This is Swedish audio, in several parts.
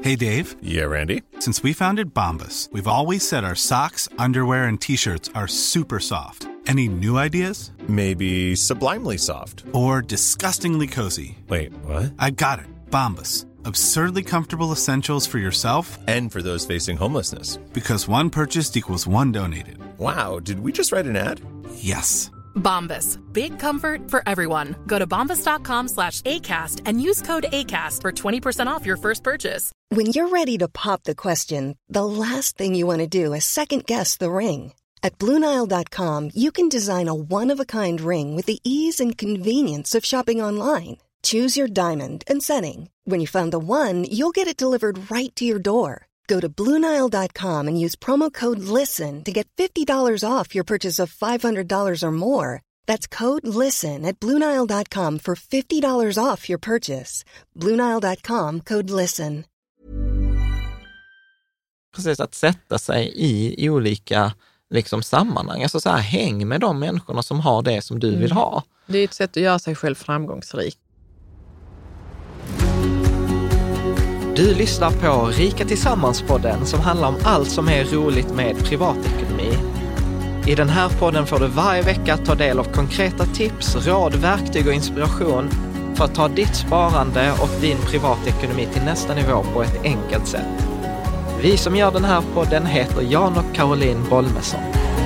Hey, Dave. Yeah, Randy. Since we founded Bombas, we've always said our socks, underwear, and T-shirts are super soft. Any new ideas? Maybe sublimely soft. Or disgustingly cozy? Wait, what? I got it. Bombas. Absurdly comfortable essentials for yourself And for those facing homelessness. Because one purchased equals one donated. Wow, did we just write an ad? Yes. Bombas. Big comfort for everyone. Go to bombas.com/ACAST and use code ACAST for 20% off your first purchase. When you're ready to pop the question, the last thing you want to do is second-guess the ring. At BlueNile.com, you can design a one-of-a-kind ring with the ease and convenience of shopping online. Choose your diamond and setting. When you find the one, you'll get it delivered right to your door. Go to BlueNile.com and use promo code LISTEN to get $50 off your purchase of $500 or more. That's code LISTEN at BlueNile.com for $50 off your purchase. BlueNile.com, code LISTEN. Precis, att sätta sig i olika liksom sammanhang. Alltså så här, häng med de människorna som har det som du vill ha. Det är ett sätt att göra sig själv framgångsrik. Du lyssnar på Rika Tillsammans-podden som handlar om allt som är roligt med privatekonomi. I den här podden får du varje vecka ta del av konkreta tips, råd, verktyg och inspiration för att ta ditt sparande och din privatekonomi till nästa nivå på ett enkelt sätt. Vi som gör den här podden heter Jan och Caroline Bolmesson.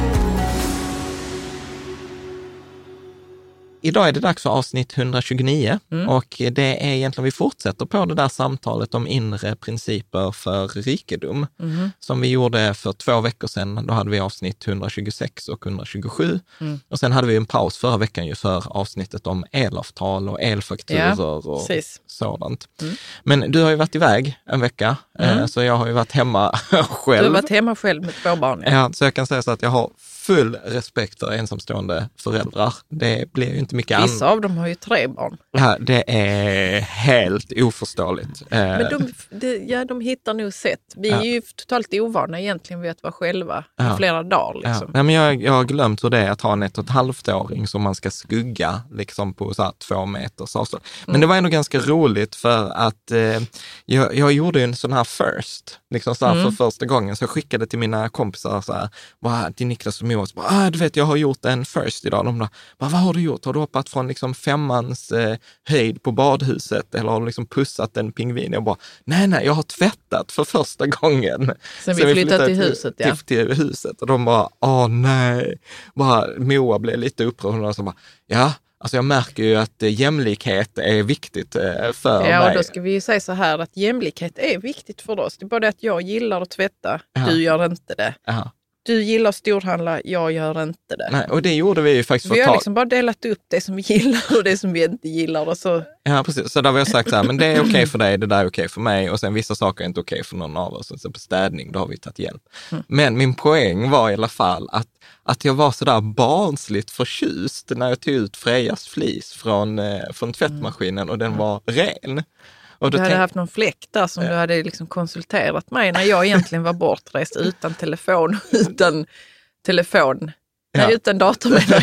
Idag är det dags för avsnitt 129 och det är egentligen, vi fortsätter på det där samtalet om inre principer för rikedom som vi gjorde för 2 veckor sedan. Då hade vi avsnitt 126 och 127 och sen hade vi en paus förra veckan ju för avsnittet om elavtal och elfakturor och sådant. Men du har ju varit iväg en vecka så jag har ju varit hemma själv. Du har varit hemma själv med 2 barn. Ja, så jag kan säga så att jag har full respekt för ensamstående föräldrar. Det blir ju inte mycket annat. Vissa av dem har ju 3 barn. Ja, det är helt oförståeligt. Men de hittar nog sätt. Vi är ju totalt ovana egentligen vid att vara själva i flera dagar. Liksom. Ja, men jag har glömt hur det är att ha en 1,5-åring som man ska skugga liksom på så här 2 meters avstånd. Men det var ändå ganska roligt för att jag gjorde en sån här first. Liksom så här för första gången. Så jag skickade till mina kompisar så här, till Niklas och Moa, du vet, jag har gjort en first idag. De bara, vad har du gjort? Har du hoppat från liksom 5:ans höjd på badhuset eller har du liksom pussat en pingvin? Jag bara, nej, jag har tvättat för första gången. Sen vi flyttade till huset, till huset. Och de bara, nej. Moa blev lite upprörd och så bara, alltså jag märker ju att jämlikhet är viktigt för mig. Ja, och då ska vi ju säga så här att jämlikhet är viktigt för oss. Det är bara det att jag gillar att tvätta, du gör inte det. Aha. Du gillar storhandla, jag gör inte det. Nej, och det gjorde vi ju faktiskt vi har liksom bara delat upp det som vi gillar och det som vi inte gillar. Och så. Ja, precis. Så där har jag sagt så här, men det är okej för dig, det där är okej för mig. Och sen vissa saker är inte okej för någon av oss. Så på städning, då har vi tagit hjälp. Men min poäng var i alla fall att jag var så där barnsligt förtjust när jag tog ut Frejas flis från tvättmaskinen och den var ren. Och du hade haft någon fläck där som du hade liksom konsulterat mig när jag egentligen var bortrest utan telefon, utan dator menar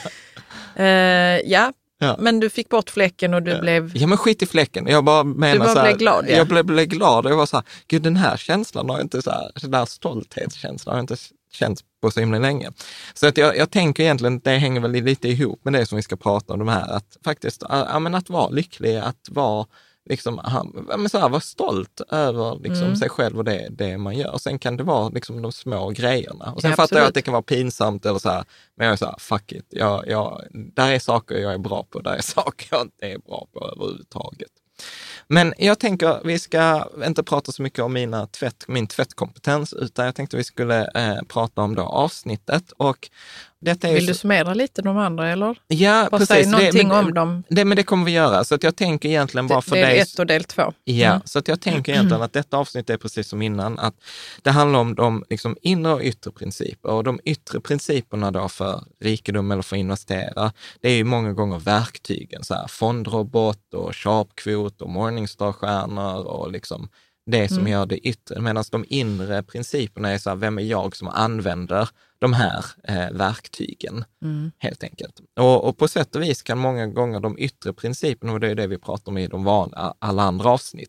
jag. Men du fick bort fläcken och du blev... Ja, men skit i fläcken. Jag bara menar så här, blev glad. Ja. Jag blev glad och jag var så här, gud, den här känslan har inte så här, den där stolthetskänslan har inte känts på så himla länge. Så att jag tänker egentligen, det hänger väl lite ihop med det som vi ska prata om de här, att faktiskt, att vara lycklig, att vara liksom, vara stolt över liksom, sig själv och det man gör. Och sen kan det vara liksom, de små grejerna. Och sen fattar jag att det kan vara pinsamt eller så här, men jag är så här, fuck it. Där är saker jag är bra på, där är saker jag inte är bra på överhuvudtaget. Men jag tänker, vi ska inte prata så mycket om min tvättkompetens, utan jag tänkte vi skulle prata om då avsnittet. Och detta är vill du summera lite de andra, eller? Ja, bara precis. Säg någonting om dem. Men det kommer vi göra. Så att jag tänker egentligen bara för dig... Del 1 och del 2. Ja, så att jag tänker egentligen att detta avsnitt är precis som innan. Att det handlar om de liksom, inre och yttre principer. Och de yttre principerna då för rikedom eller för att investera, det är ju många gånger verktygen. Så här, fondrobot och sharpkvot och Morningstar-stjärnor och liksom det som gör det yttre. Medan de inre principerna är så här, vem är jag som använder de här verktygen, helt enkelt. Och på sätt och vis kan många gånger de yttre principerna, och det är det vi pratar om i alla andra avsnitt,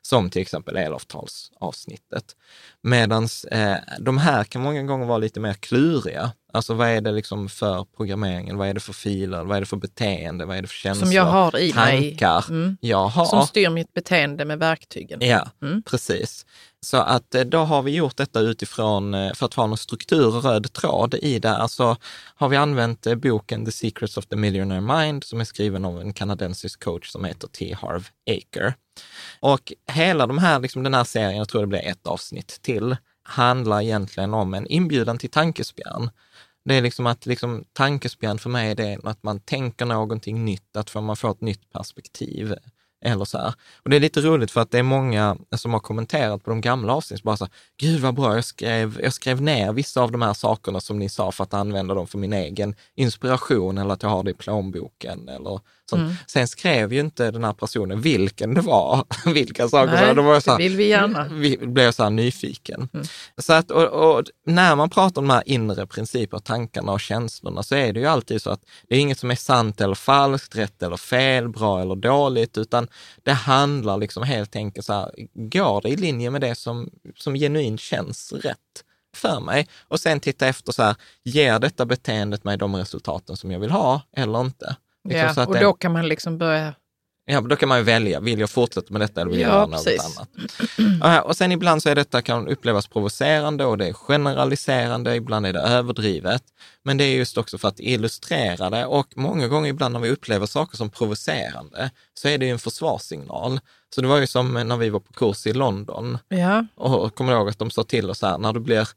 som till exempel elavtalsavsnittet. Medan de här kan många gånger vara lite mer kluriga. Alltså vad är det liksom för programmeringen, vad är det för filer, vad är det för beteende, vad är det för känslor, som jag har i tankar jag har. Som styr mitt beteende med verktygen. Ja, precis. Så att då har vi gjort detta utifrån, för att ha någon struktur och röd tråd i det. Alltså har vi använt boken The Secrets of the Millionaire Mind som är skriven av en kanadensisk coach som heter T. Harv Eker. Och hela de här, liksom den här serien, jag tror det blir ett avsnitt till, handlar egentligen om en inbjudan till tankespjärn. Det är liksom att tankespjärn för mig är det att man tänker någonting nytt, att man får ett nytt perspektiv. Eller så här. Och det är lite roligt för att det är många som har kommenterat på de gamla avsnitt bara så här, gud vad bra, jag skrev ner vissa av de här sakerna som ni sa för att använda dem för min egen inspiration eller att jag har det i plånboken eller sånt. Sen skrev ju inte den här personen vilken det var, vilka saker. Nej, så var så här, det vill vi gärna. Vi blev så här nyfiken. Så att, och när man pratar om de här inre principer, tankarna och känslorna så är det ju alltid så att det är inget som är sant eller falskt, rätt eller fel, bra eller dåligt, utan det handlar liksom helt enkelt så här, går det i linje med det som genuint känns rätt för mig? Och sen titta efter så här, ger detta beteendet mig de resultaten som jag vill ha eller inte? Liksom så att och då kan man liksom börja... Ja, då kan man ju välja, vill jag fortsätta med detta eller vill jag göra något annat? Och sen ibland så är detta kan upplevas provocerande och det är generaliserande, ibland är det överdrivet. Men det är just också för att illustrera det och många gånger ibland när vi upplever saker som provocerande så är det ju en försvarssignal. Så det var ju som när vi var på kurs i London och kommer ihåg att de sa till oss här, när du blir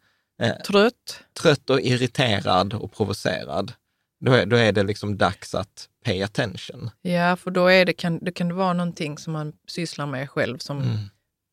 trött och irriterad och provocerad, då är det liksom dags att pay attention. Ja, för då är det kan det vara någonting som man sysslar med själv som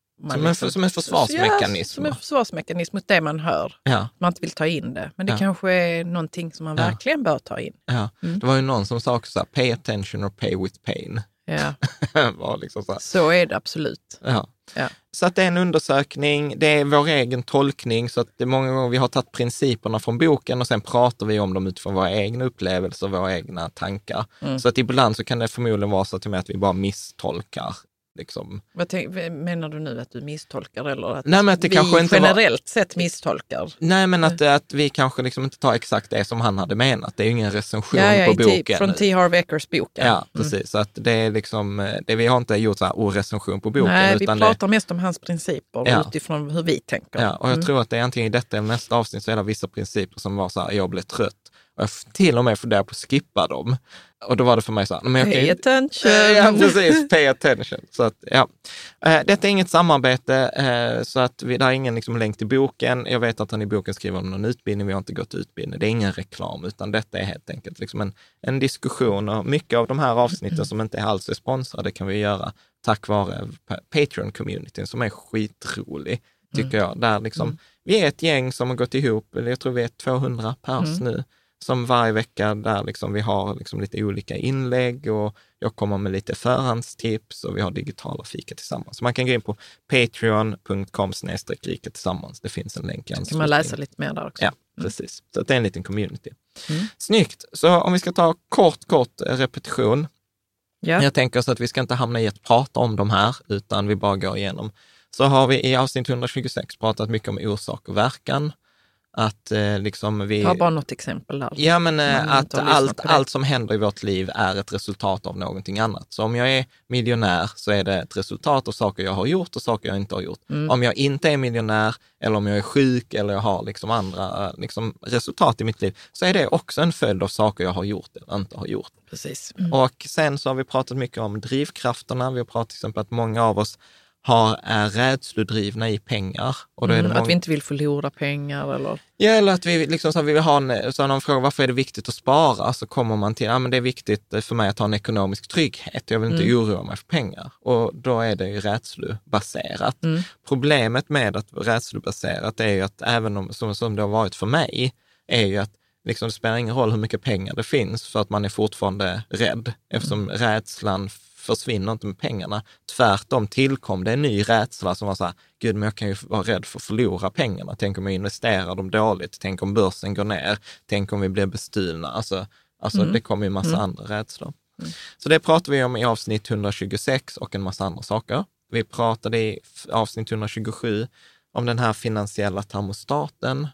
som en försvarsmekanism. Ja, som en försvarsmekanism mot det man hör. Ja. Man inte vill ta in det. Men det kanske är någonting som man verkligen bör ta in. Ja. Det var ju någon som sa också så här, pay attention or pay with pain. Ja. var liksom så är det absolut. Ja. Så att det är en undersökning, det är vår egen tolkning, så att det är många gånger vi har tagit principerna från boken och sen pratar vi om dem utifrån våra egna upplevelser, våra egna tankar. Så att ibland så kan det förmodligen vara så till mig att vi bara misstolkar. Liksom. Menar du nu att du misstolkar eller att, nej, men att det vi kanske inte generellt sett misstolkar? Nej, men att vi kanske liksom inte tar exakt det som han hade menat. Det är ju ingen recension på boken. Från T. Harv Ekers boken. Ja, precis. Så att det är liksom, vi har inte gjort så här recension på boken. Nej, utan vi pratar mest om hans principer utifrån hur vi tänker. Ja, och jag tror att det är antingen i detta eller nästa avsnitt så är det vissa principer som var så här, jag blev trött. Och jag till och med funderade på att skippa dem. Och då var det för mig så här, men pay attention. Ja, precis, pay attention. Så att, detta är inget samarbete, så att det är ingen liksom länk till boken. Jag vet att han i boken skriver om någon utbildning, vi har inte gått utbildning. Det är ingen reklam, utan detta är helt enkelt liksom en diskussion. Och mycket av de här avsnitten som inte alls är sponsrade kan vi göra tack vare Patreon-communityn som är skitrolig, tycker jag. Där liksom, vi är ett gäng som har gått ihop, eller jag tror vi är 200 pers nu, som varje vecka där liksom vi har liksom lite olika inlägg och jag kommer med lite förhandstips och vi har digitala fika tillsammans. Så man kan gå in på patreon.com/rika tillsammans. Det finns en länk i anslutning. Kan man läsa lite mer där också. Ja, precis. Så det är en liten community. Snyggt. Så om vi ska ta kort repetition. Ja. Jag tänker så att vi ska inte hamna i att prata om de här utan vi bara går igenom. Så har vi i avsnitt 126 pratat mycket om orsak och verkan. Att liksom vi... Ta bara något exempel där. Ja, men att allt som händer i vårt liv är ett resultat av någonting annat. Så om jag är miljonär så är det ett resultat av saker jag har gjort och saker jag inte har gjort. Om jag inte är miljonär eller om jag är sjuk eller jag har liksom andra liksom resultat i mitt liv så är det också en följd av saker jag har gjort eller inte har gjort. Precis. Och sen så har vi pratat mycket om drivkrafterna. Vi har pratat till exempel att många av oss är rädslodrivna i pengar. Och då är det att vi inte vill förlora pengar eller... Ja, eller att vi liksom så vi vill ha någon fråga, varför är det viktigt att spara? Så kommer man till, men det är viktigt för mig att ha en ekonomisk trygghet. Jag vill inte oroa mig för pengar. Och då är det ju rädslobaserat. Problemet med att rädslobaserat är ju att även om, som det har varit för mig, är ju att liksom, det spelar ingen roll hur mycket pengar det finns för att man är fortfarande rädd. Eftersom rädslan försvinner inte med pengarna. Tvärtom tillkom det en ny rädsla som var så här, gud, men jag kan ju vara rädd för att förlora pengarna. Tänk om jag investerar dem dåligt. Tänk om börsen går ner. Tänk om vi blir bestulna. Alltså det kommer ju en massa andra rädslor. Så det pratar vi om i avsnitt 126 och en massa andra saker. Vi pratade i avsnitt 127 om den här finansiella termostaten.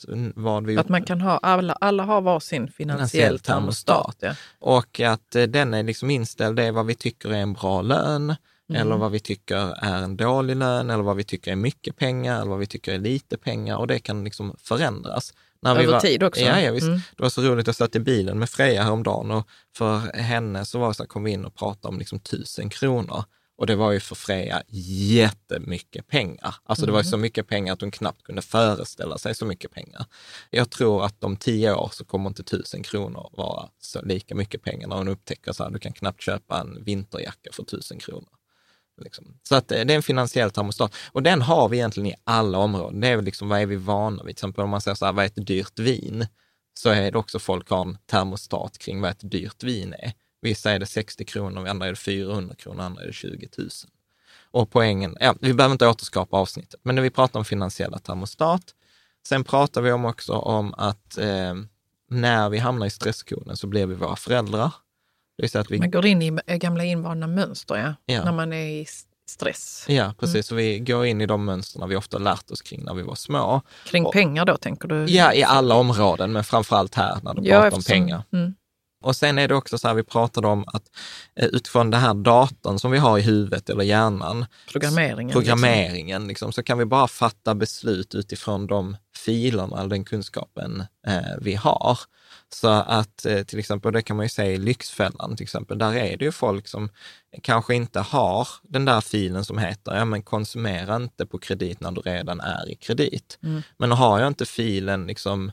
Att man kan ha, alla har var sin finansiell termostat. Ja. Och att den är liksom inställd, det är vad vi tycker är en bra lön, eller vad vi tycker är en dålig lön, eller vad vi tycker är mycket pengar, eller vad vi tycker är lite pengar. Och det kan liksom förändras. Över tid också. Ja, visst. Det var så roligt, jag satt i bilen med Freja häromdagen och för henne så var det så här, kom vi in och pratade om liksom 1000 kronor. Och det var ju för Freja jättemycket pengar. Alltså det var ju så mycket pengar att hon knappt kunde föreställa sig så mycket pengar. Jag tror att om 10 år så kommer inte 1000 kronor vara så lika mycket pengar när hon upptäcker så här, du kan knappt köpa en vinterjacka för 1000 kronor. Liksom. Så att det är en finansiell termostat. Och den har vi egentligen i alla områden. Det är väl liksom, vad är vi vana vid? Till exempel om man säger så här, vad är ett dyrt vin? Så är det också folk har en termostat kring vad ett dyrt vin är. Vissa är det 60 kronor, andra är det 400 kronor, andra är det 20 000. Och poängen, vi behöver inte återskapa avsnittet, men när vi pratar om finansiella termostat, sen pratar vi också om att när vi hamnar i stresskoden så blir vi våra föräldrar. Det är så att man går in i gamla invanda mönster, när man är i stress. Ja, precis. Så vi går in i de mönsterna vi ofta lärt oss kring när vi var små. Kring pengar då, tänker du? Ja, i alla områden, men framförallt här när du pratar om pengar. Och sen är det också så här, vi pratade om att utifrån det här datorn som vi har i huvudet eller hjärnan, programmeringen liksom, så kan vi bara fatta beslut utifrån de filerna eller den kunskapen vi har. Så att till exempel, det kan man ju säga i Lyxfällan till exempel, där är det ju folk som kanske inte har den där filen som heter, men konsumera inte på kredit när du redan är i kredit. Men har jag inte filen liksom,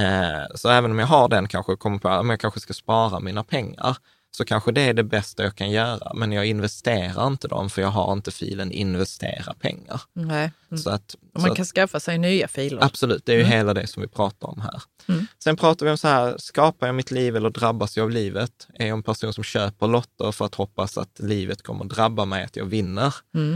så även om jag har den kanske kommer på, om jag kanske ska spara mina pengar, så kanske det är det bästa jag kan göra. Men jag investerar inte dem för jag har inte filen investera pengar. Nej. Så att, man kan skaffa sig nya filer. Absolut, det är ju hela det som vi pratar om här. Sen pratar vi om så här, skapar jag mitt liv eller drabbas jag av livet? Är jag en person som köper lotter för att hoppas att livet kommer drabba mig, att jag vinner?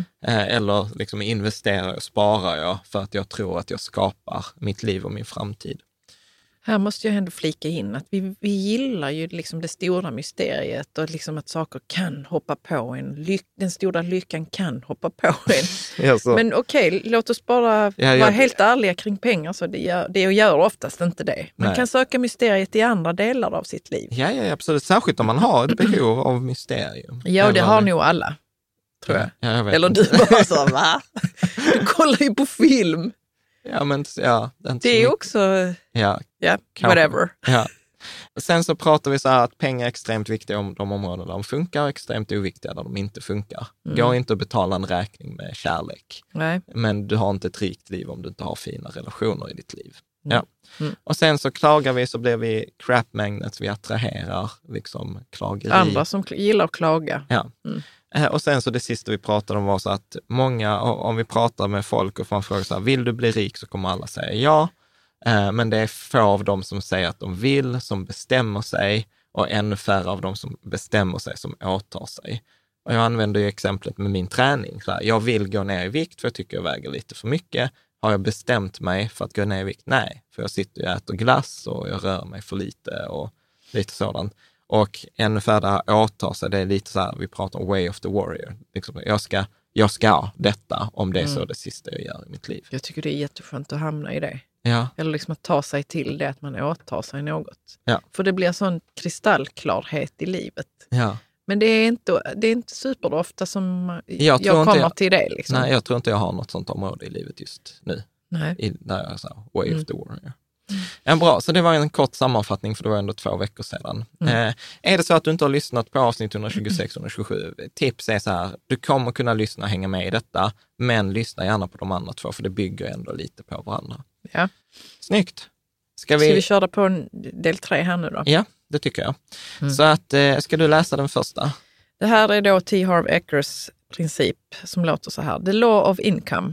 Eller liksom investerar och sparar jag för att jag tror att jag skapar mitt liv och min framtid? Här måste jag ändå flika in att vi gillar ju liksom det stora mysteriet och liksom att saker kan hoppa på en. Den stora lyckan kan hoppa på en. Men okej, låt oss bara vara helt ärliga kring pengar. Så det gör oftast inte det. Man kan söka mysteriet i andra delar av sitt liv. Ja, absolut. Särskilt om man har ett behov av mysterium. Ja, och det har nog alla, tror jag. Ja, jag vet. Eller du bara så, va? Du kollar ju på film. Ja, men det är också... Ja, whatever. Ja. Sen så pratar vi så här att pengar är extremt viktiga om de områden där de funkar, extremt oviktiga där de inte funkar. Går inte att betala en räkning med kärlek. Nej. Men du har inte ett rikt liv om du inte har fina relationer i ditt liv. Ja. Och sen så klagar vi, så blir vi crap magnets, vi attraherar liksom klageri. Andra som gillar att klaga. Ja. Och sen så det sista vi pratade om var så att många, om vi pratar med folk och får en fråga så här, vill du bli rik, så kommer alla säga ja. Men det är få av dem som säger att de vill, som bestämmer sig, och ännu färre av dem som bestämmer sig som åtar sig. Och jag använder ju exemplet med min träning. Så här, jag vill gå ner i vikt för jag tycker jag väger lite för mycket. Har jag bestämt mig för att gå ner i vikt? Nej, för jag sitter och äter glass och jag rör mig för lite och lite sådant. Och ännu färre åtar sig, det är lite så här, vi pratar om way of the warrior. Liksom, jag ska detta om det är så det sista jag gör i mitt liv. Jag tycker det är jätteskönt att hamna i det. Ja. Eller liksom att ta sig till det, att man åtar sig något. Ja. För det blir sån kristallklarhet i livet. Ja. Men det är inte superofta som jag kommer till det. Liksom. Nej, jag tror inte jag har något sånt område i livet just nu. Nej. När jag sa way of the warrior. Ja, bra, så det var en kort sammanfattning, för det var ändå 2 veckor sedan. Är det så att du inte har lyssnat på avsnitt 126-127, tips är så här, du kommer kunna lyssna och hänga med i detta, men lyssna gärna på de andra 2, för det bygger ändå lite på varandra. Ja. Snyggt. Ska vi köra på del 3 här nu då? Ja, det tycker jag. Så att, ska du läsa den första? Det här är då T. Harv Ekers princip som låter så här. The law of income.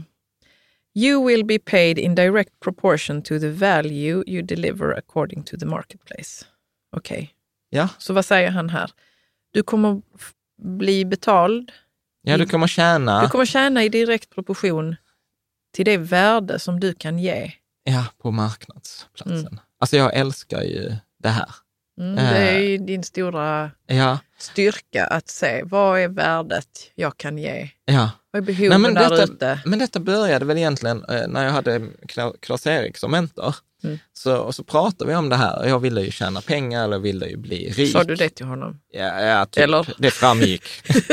You will be paid in direct proportion to the value you deliver according to the marketplace. Okej. Ja. Så vad säger han här? Du kommer bli betald. Ja, du kommer tjäna. Du kommer tjäna i direkt proportion till det värde som du kan ge. Ja, på marknadsplatsen. Alltså jag älskar ju det här. Det är ju din stora styrka att se vad är värdet jag kan ge. Ja. Vad är behoven där ute? Men detta började väl egentligen när jag hade Claes-Erik som mentor. Så pratade vi om det här. Jag ville ju tjäna pengar eller ville ju bli rik. Sa du det till honom? Ja, typ. Eller? Det framgick.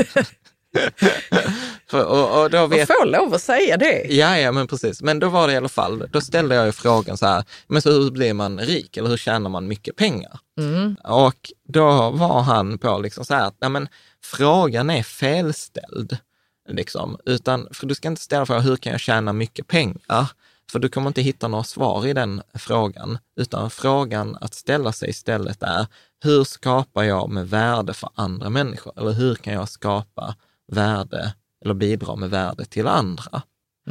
och då vet... får lov att säga det. Ja, men precis. Men då var det i alla fall, då ställde jag ju frågan så här, men så hur blir man rik eller hur tjänar man mycket pengar? Och då var han på liksom så här att, nej men frågan är felställd. Liksom. För du ska inte ställa frågan, hur kan jag tjäna mycket pengar? För du kommer inte hitta några svar i den frågan, utan frågan att ställa sig istället är, hur skapar jag med värde för andra människor? Eller hur kan jag skapa värde eller bidra med värde till andra?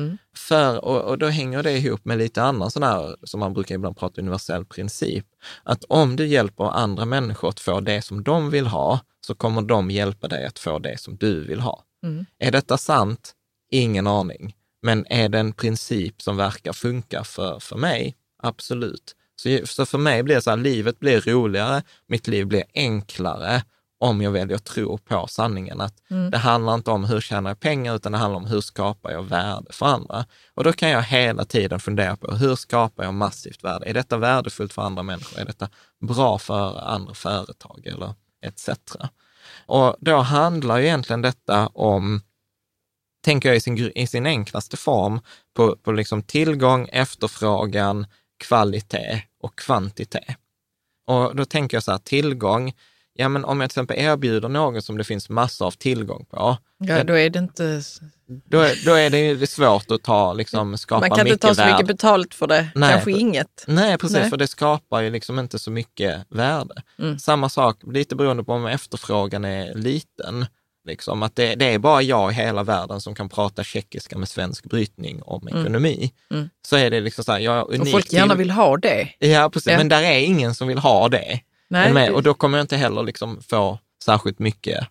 Och då hänger det ihop med lite annan sån här, som man brukar ibland prata universell princip, att om du hjälper andra människor att få det som de vill ha, så kommer de hjälpa dig att få det som du vill ha. Är detta sant? Ingen aning. Men är det en princip som verkar funka för mig? Absolut. Så för mig blir det så här, livet blir roligare, mitt liv blir enklare om jag väljer att tro på sanningen. Att det handlar inte om hur tjänar jag pengar, utan det handlar om hur skapar jag värde för andra. Och då kan jag hela tiden fundera på, hur skapar jag massivt värde? Är detta värdefullt för andra människor? Är detta bra för andra företag eller etc.? Och då handlar ju egentligen detta om, tänker jag i sin enklaste form, på liksom tillgång, efterfrågan, kvalitet och kvantitet. Och då tänker jag så här, tillgång, ja men om jag till exempel erbjuder något som det finns massor av tillgång på. Ja, då är det inte... Då är det ju svårt att skapa mycket värde. Man kan inte ta så mycket betalt för det, kanske inget. Nej, precis, för det skapar ju liksom inte så mycket värde. Samma sak, lite beroende på om efterfrågan är liten. Liksom, att det är bara jag i hela världen som kan prata tjeckiska med svensk brytning om ekonomi. Så är det liksom så här, jag är unik. Och folk gärna vill ha det. Ja, precis, men där är ingen som vill ha det. Nej. Och då kommer jag inte heller liksom få särskilt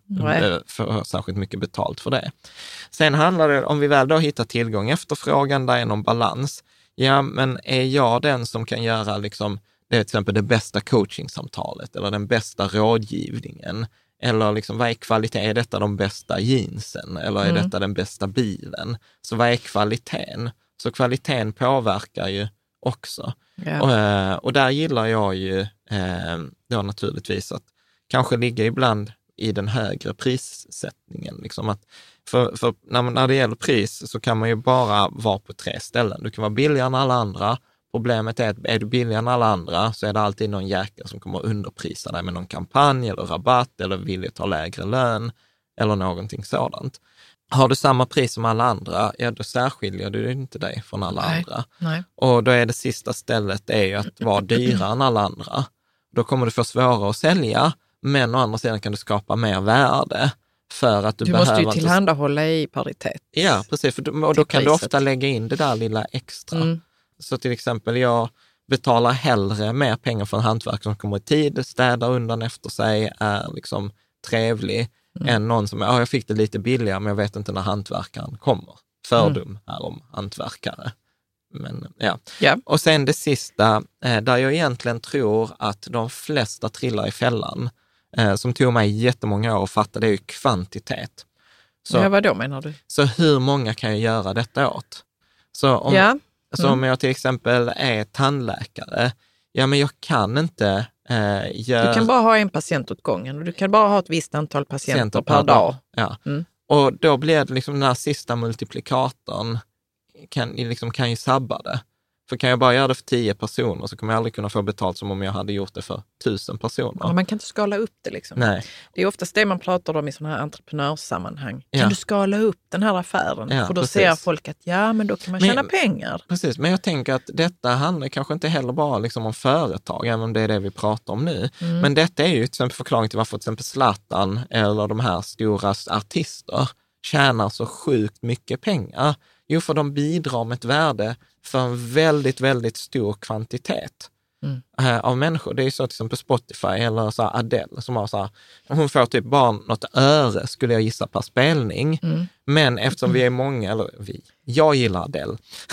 mycket betalt för det. Sen handlar det, om vi väl då hittar tillgång, efterfrågan, där är någon balans. Ja, men är jag den som kan göra liksom, det är till exempel det bästa coachingsamtalet eller den bästa rådgivningen? Eller liksom, vad är kvalitet? Är detta de bästa jeansen? Eller är detta den bästa bilen? Så vad är kvaliteten? Så kvaliteten påverkar ju också. Yeah. Och där gillar jag ju då naturligtvis att kanske ligga ibland i den högre prissättningen. Liksom att för när det gäller pris så kan man ju bara vara på 3 ställen. Du kan vara billigare än alla andra. Problemet är att är du billigare än alla andra så är det alltid någon jäkel som kommer underprisa dig med någon kampanj eller rabatt eller vill ta lägre lön eller någonting sådant. Har du samma pris som alla andra, ja då särskiljer du inte dig från alla andra. Nej. Och då är det sista stället är ju att vara dyrare än alla andra. Då kommer du få svårare att sälja, men å andra sidan kan du skapa mer värde för att du måste ju tillhandahålla i paritet. Ja, precis. Och då kan du ofta lägga in det där lilla extra. Så till exempel jag betalar hellre mer pengar för en hantverk som kommer i tid, städar undan efter sig, är liksom trevlig, än någon som, jag fick det lite billigare men jag vet inte när hantverkaren kommer. Fördom här om hantverkare. Men ja. Och sen det sista, där jag egentligen tror att de flesta trillar i fällan, som tog mig jättemånga år att fatta, det är ju kvantitet. Så, vad då menar du? Så hur många kan jag göra detta åt? Så om jag till exempel är tandläkare, ja men jag kan inte Du kan bara ha en patient åt gången och du kan bara ha ett visst antal patienter per dag. Ja. Och då blir det liksom den här sista multiplikatorn kan ju sabba det. För kan jag bara göra det för 10 personer så kommer jag aldrig kunna få betalt som om jag hade gjort det för 1000 personer. Ja, man kan inte skala upp det liksom. Nej. Det är oftast det man pratar om i sådana här entreprenörssammanhang. Kan du skala upp den här affären? För då ser folk att men då kan man tjäna pengar. Precis, men jag tänker att detta handlar kanske inte heller bara liksom om företag, även om det är det vi pratar om nu. Men detta är ju till exempel förklaring till varför till exempel Zlatan eller de här stora artister tjänar så sjukt mycket pengar. Jo, för de bidrar med ett värde för en väldigt, väldigt stor kvantitet av människor. Det är så till exempel Spotify eller så Adele som har så här, hon får typ bara något öre skulle jag gissa per spelning. Men eftersom vi är många, eller jag gillar Adele,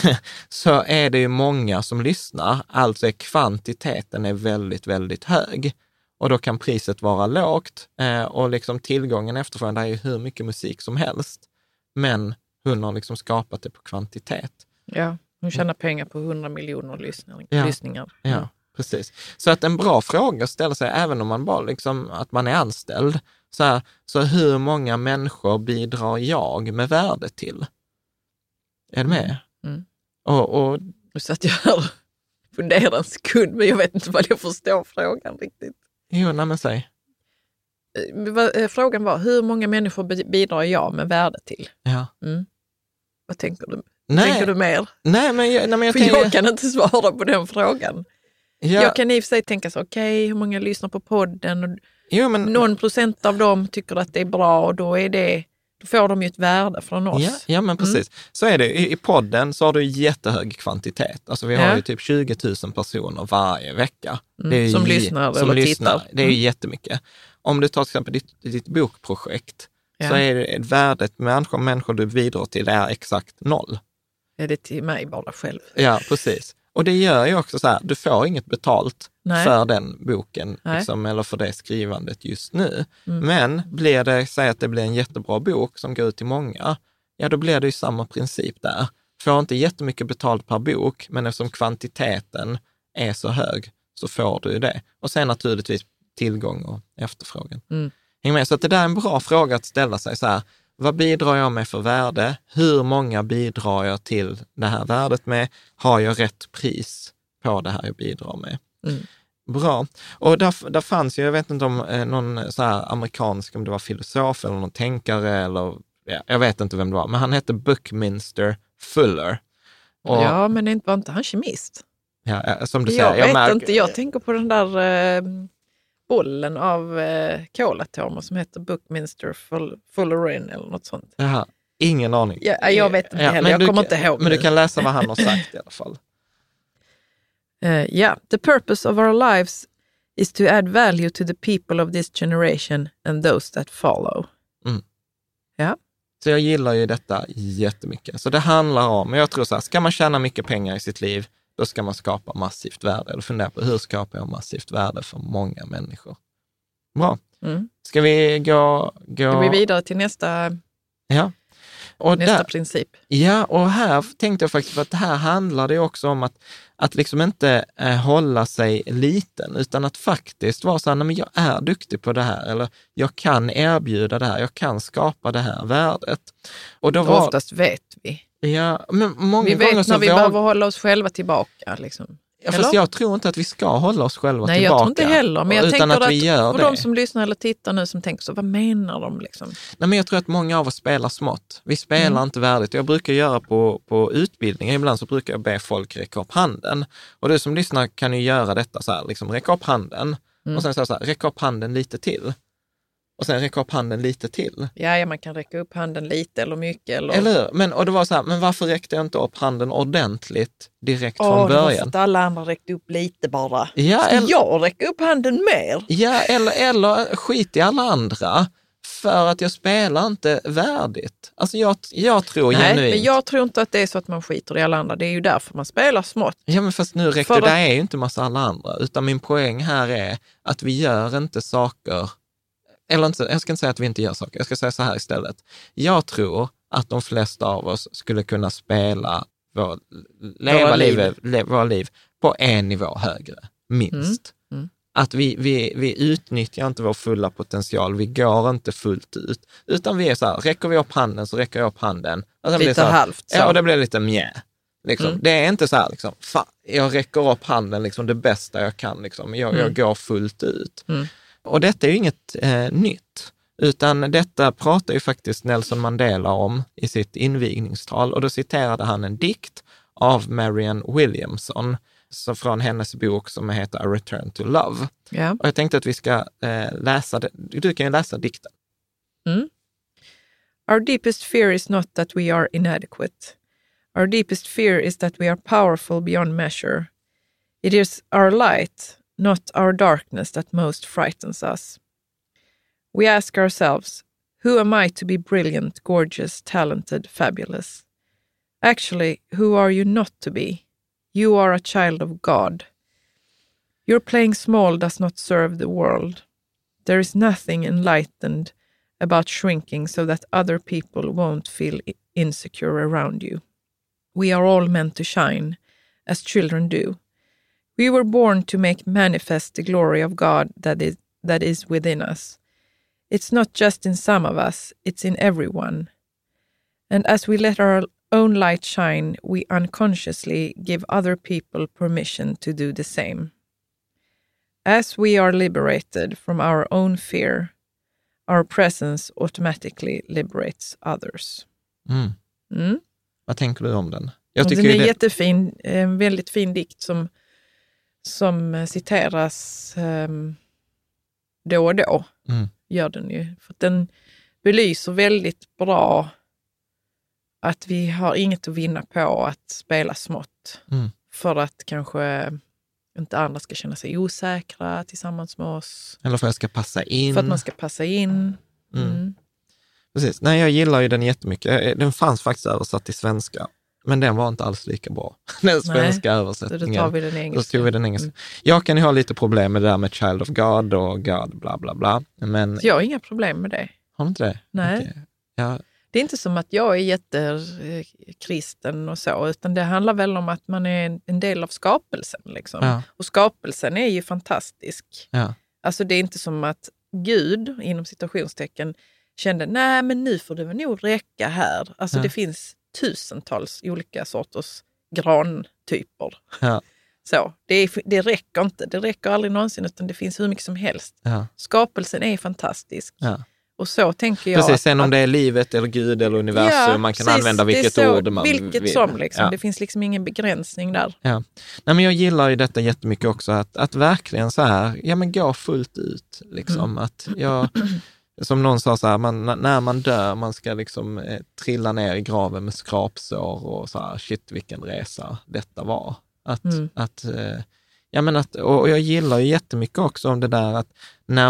så är det ju många som lyssnar. Alltså är kvantiteten väldigt, väldigt hög. Och då kan priset vara lågt och liksom tillgången efterfrågan, det är ju hur mycket musik som helst. Men hon har liksom skapat det på kvantitet. Ja, hon tjänar pengar på 100 miljoner lyssningar. Ja, precis. Så att en bra fråga ställer sig, även om man bara liksom, att man är anställd, så hur många människor bidrar jag med värde till? Är du med? Och så att jag funderar en sekund, men jag vet inte vad jag förstår frågan riktigt. Jo, men säg. Frågan var, hur många människor bidrar jag med värde till? Ja. Vad tänker du? Tänker du mer? Nej, men jag kan inte svara på den frågan. Ja. Jag kan i och för sig tänka så, okej, hur många lyssnar på podden? Och någon procent av dem tycker att det är bra och då får de ju ett värde från oss. Ja, men precis. Så är det. I podden så har du jättehög kvantitet. Alltså vi har ju typ 20 000 personer varje vecka. Som lyssnar eller tittar. Det är ju jättemycket. Om du tar till exempel ditt bokprojekt så är det värdet med människor du bidrar till är exakt 0. Är det till mig bara själv? Ja, precis. Och det gör ju också så här, du får inget betalt för den boken liksom, eller för det skrivandet just nu. Men säg att det blir en jättebra bok som går ut till många, ja då blir det ju samma princip där. Får inte jättemycket betalt per bok, men eftersom kvantiteten är så hög så får du ju det. Och sen naturligtvis tillgång och efterfrågan. Häng med. Så att det där är en bra fråga att ställa sig så här, vad bidrar jag med för värde? Hur många bidrar jag till det här värdet med? Har jag rätt pris på det här jag bidrar med? Bra. Och där fanns ju, jag vet inte om någon så här amerikansk, om det var filosof eller någon tänkare eller, jag vet inte vem det var, men han hette Buckminster Fuller. Och, men var inte han kemist? Ja, som du säger. Jag vet inte, jag tänker på den där bollen av kolatomer som heter Buckminster Fullerene eller något sånt. Jaha, ingen aning. Ja, jag vet inte heller, jag kommer inte ihåg. Men du kan läsa vad han har sagt i alla fall. The purpose of our lives is to add value to the people of this generation and those that follow. Ja. Så jag gillar ju detta jättemycket. Så det handlar om, jag tror så här, ska man tjäna mycket pengar i sitt liv, då ska man skapa massivt värde. Eller fundera på hur skapar jag massivt värde för många människor. Bra. Ska vi gå vidare till nästa princip? Ja, och här tänkte jag faktiskt att det här handlar det också om att liksom inte hålla sig liten, utan att faktiskt vara så här, nej men jag är duktig på det här, eller jag kan erbjuda det här, jag kan skapa det här värdet. Och då oftast vet vi. Ja, men många vi vet när vi behöver hålla oss själva tillbaka. Liksom. Ja, fast jag tror inte att vi ska hålla oss själva tillbaka. Nej, jag tror inte heller. Men jag tänker att vi gör och de som lyssnar eller tittar nu som tänker så, vad menar de liksom? Nej, men jag tror att många av oss spelar smått. Vi spelar inte värdigt. Jag brukar göra på utbildningar, ibland så brukar jag be folk räcka upp handen. Och du som lyssnar kan ju göra detta så här, liksom räcka upp handen. Och sen så här, räcka upp handen lite till. Och sen räcka upp handen lite till. Ja, man kan räcka upp handen lite eller mycket. Eller hur? Och det var så här, men varför räckte jag inte upp handen ordentligt direkt från början? Det var för att alla andra räckte upp lite bara. Ja, ska jag räcka upp handen mer? Ja, eller skit i alla andra. För att jag spelar inte värdigt. Alltså jag tror genuint. Nej, men jag tror inte att det är så att man skiter i alla andra. Det är ju därför man spelar smått. Ja, men fast nu räcker det är ju inte massa alla andra. Utan min poäng här är att vi gör inte saker. Eller inte, jag ska inte säga att vi inte gör saker. Jag ska säga så här istället. Jag tror att de flesta av oss skulle kunna spela våra liv på en nivå högre. Minst. Att vi utnyttjar inte vår fulla potential. Vi går inte fullt ut. Utan vi är så här, räcker vi upp handen så räcker jag upp handen. Och lite halvt. Ja, och det blir lite liksom. Det är inte så här, liksom, jag räcker upp handen liksom, det bästa jag kan. Liksom. Jag går fullt ut. Och detta är ju inget nytt, utan detta pratar ju faktiskt Nelson Mandela om i sitt invigningstal. Och då citerade han en dikt av Marianne Williamson så från hennes bok som heter A Return to Love. Yeah. Och jag tänkte att vi ska läsa det. Du kan ju läsa dikten. Our deepest fear is not that we are inadequate. Our deepest fear is that we are powerful beyond measure. It is our light, not our darkness, that most frightens us. We ask ourselves, who am I to be brilliant, gorgeous, talented, fabulous? Actually, who are you not to be? You are a child of God. Your playing small does not serve the world. There is nothing enlightened about shrinking so that other people won't feel insecure around you. We are all meant to shine, as children do. We were born to make manifest the glory of God that is within us. It's not just in some of us, it's in everyone. And as we let our own light shine, we unconsciously give other people permission to do the same. As we are liberated from our own fear, our presence automatically liberates others. Vad tänker du om den? Den är jättefin, en väldigt fin dikt som citeras då och då. Gör den ju. För den belyser väldigt bra att vi har inget att vinna på att spela smått. För att kanske inte andra ska känna sig osäkra tillsammans med oss. Eller för att jag ska passa in. För att man ska passa in. Precis. Nej, jag gillar ju den jättemycket. Den fanns faktiskt översatt till svenska. Men den var inte alls lika bra. Den svenska översättningen. Så då tar vi den engelska. Jag kan ju ha lite problem med det där med Child of God och God bla bla bla. Men jag har inga problem med det. Har du inte det? Nej. Okay. Ja. Det är inte som att jag är jättekristen och så, utan det handlar väl om att man är en del av skapelsen. Liksom. Ja. Och skapelsen är ju fantastisk. Ja. Alltså det är inte som att Gud, inom citationstecken, kände, nej men nu får det väl nog räcka här. Alltså det finns tusentals olika sorters grantyper. Ja. Så, det räcker inte. Det räcker aldrig någonsin, utan det finns hur mycket som helst. Ja. Skapelsen är fantastisk. Ja. Och så tänker jag. Precis, sen om det är livet eller Gud eller universum, man kan använda vilket ord man vill. Vilket som liksom. Ja. Det finns liksom ingen begränsning där. Ja. Nej, men jag gillar ju detta jättemycket också, att verkligen så här, ja men gå fullt ut. Liksom. Att jag, som någon sa så här, när man dör, man ska liksom trilla ner i graven med skrapsår och så här, shit vilken resa detta var. Och jag gillar ju jättemycket också om det där att när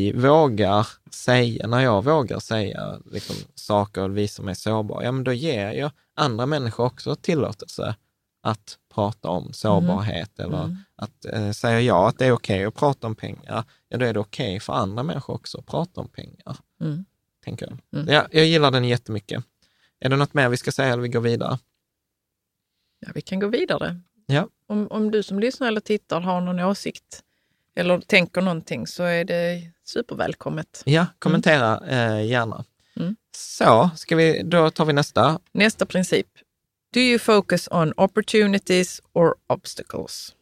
jag vågar säga liksom, saker och visa mig sårbar, ja men då ger jag andra människor också tillåtelse att prata om sårbarhet eller att säga ja att det är okej att prata om pengar, ja då är det okej för andra människor också att prata om pengar. Tänker jag. Ja, jag gillar den jättemycket. Är det något mer vi ska säga eller vi går vidare? Ja, vi kan gå vidare. Ja. Om du som lyssnar eller tittar har någon åsikt eller tänker någonting så är det supervälkommet. Ja, kommentera gärna. Så, då tar vi nästa. Nästa princip. Do you focus on opportunities or obstacles?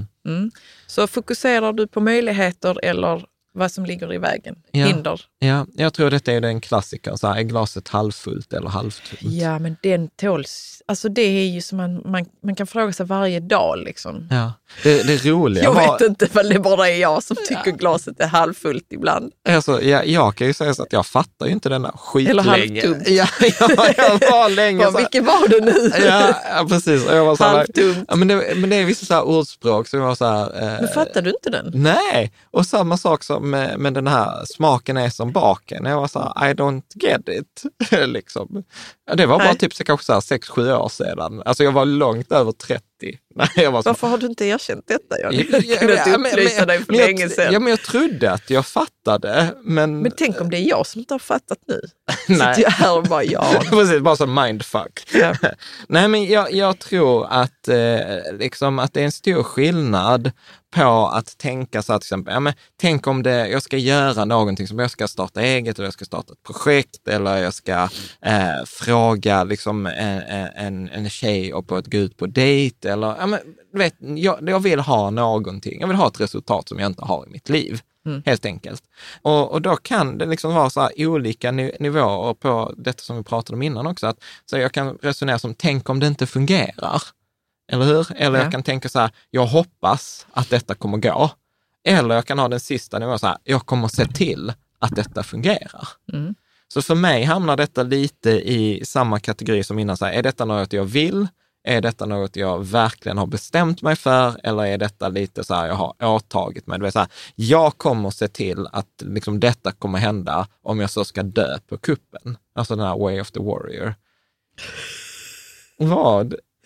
Så fokuserar du på möjligheter eller vad som ligger i vägen? Hinder? Ja, jag tror detta är den klassiker. Så här, är glaset halvfullt eller halvtomt? Ja, men den tåls... Alltså det är ju som man kan fråga sig varje dag liksom. Ja, det roliga jag vet inte vad det bara är jag som tycker glaset är halvfullt ibland. Alltså, jag kan ju säga så att jag fattar ju inte denna skit eller länge. Halvtomt. Ja, jag var länge så. Vilken var det nu? Ja, precis. Och jag var så halvtomt. Ja, men det är vissa så här ordspråk som jag var så här... Men fattar du inte den? Nej, och samma sak som med den här smaken är som baken. Jag var så här, I don't get it. liksom. Det var bara typ så kanske så här 6-7 år sedan. Alltså jag var långt över 30. Nej, jag var så... Varför har du inte erkänt detta? Jag kunde upplysa dig för länge sedan. Ja, men jag trodde att jag fattade. Men tänk om det är jag som inte har fattat nu. Nej. Sitter jag här och bara Precis, bara som mindfuck. Ja. Nej, men jag tror att, liksom, att det är en stor skillnad på att tänka så här, till exempel, ja, men tänk om jag ska göra någonting som jag ska starta eget eller jag ska starta ett projekt eller jag ska fråga liksom, en tjej och på att gå ut på dejt eller, ja, men, du vet, jag vill ha någonting, jag vill ha ett resultat som jag inte har i mitt liv. Helt enkelt. Och då kan det liksom vara så här olika nivåer på detta som vi pratade om innan också. Att, så jag kan resonera som, tänk om det inte fungerar. Eller hur? Eller jag kan tänka så här, jag hoppas att detta kommer gå. Eller jag kan ha den sista nivån så här, jag kommer se till att detta fungerar. Så för mig hamnar detta lite i samma kategori som innan. Så här, är detta något jag vill? Är detta något jag verkligen har bestämt mig för? Eller är detta lite så här, jag har åtagit mig? Det vill säga, jag kommer se till att liksom, detta kommer hända om jag så ska dö på kuppen. Alltså den här way of the warrior. Vad?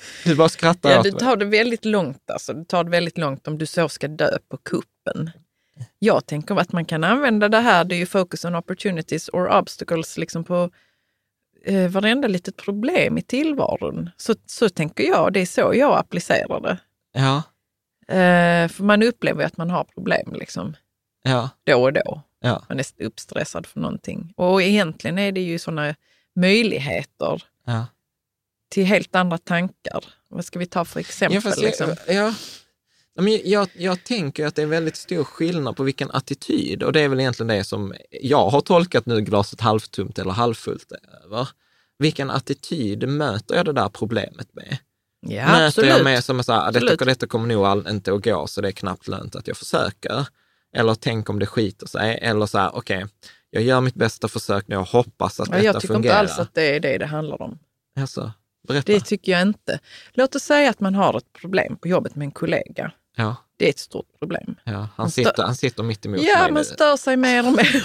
Du bara skrattar ja, åt du mig. tar det väldigt långt. Alltså. Du tar det väldigt långt om du så ska dö på kuppen. Jag tänker att man kan använda det här, det är ju focus on opportunities or obstacles, liksom på varenda litet problem i tillvaron. Så tänker jag, det är så jag applicerar det. Ja. För man upplever att man har problem liksom, då och då. Ja. Man är uppstressad för någonting. Och egentligen är det ju sådana möjligheter till helt andra tankar. Vad ska vi ta för exempel? Jag tänker att det är väldigt stor skillnad på vilken attityd, och det är väl egentligen det som jag har tolkat nu glaset halvtomt eller halvfullt över. Vilken attityd möter jag det där problemet med? Ja, möter absolut. Jag med som att detta kommer nog inte att gå, så det är knappt lönt att jag försöker. Eller tänk om det skiter sig. Eller så här, okej, jag gör mitt bästa försök när jag hoppas att detta fungerar. Jag tycker inte alls att det är det handlar om. Alltså, berätta. Det tycker jag inte. Låt oss säga att man har ett problem på jobbet med en kollega. Ja. Det är ett stort problem. Ja, han sitter mitt emot mig. Ja, man stör sig mer och mer.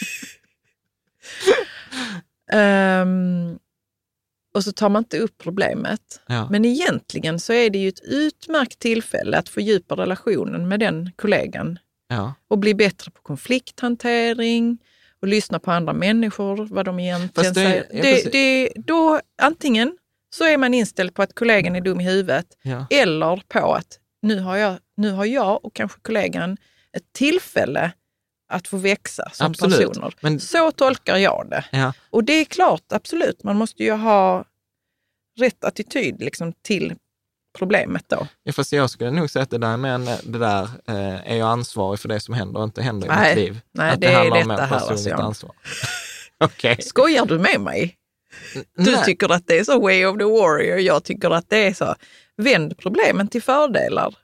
Och så tar man inte upp problemet. Ja. Men egentligen så är det ju ett utmärkt tillfälle att fördjupa relationen med den kollegan. Ja. Och bli bättre på konflikthantering och lyssna på andra människor, vad de egentligen säger. Då antingen så är man inställd på att kollegan är dum i huvudet, eller på att nu har jag och kanske kollegan ett tillfälle att få växa som personer. Men så tolkar jag det. Ja. Och det är klart, absolut, man måste ju ha rätt attityd liksom, till problemet då. Ja, fast jag skulle nog säga att det där är jag ansvarig för det som händer och inte händer i mitt liv. Nej, att det är detta här. Alltså, ansvar. Okay. Skojar du med mig? Du tycker att det är så way of the warrior, jag tycker att det är så. Vänd problemen till fördelar.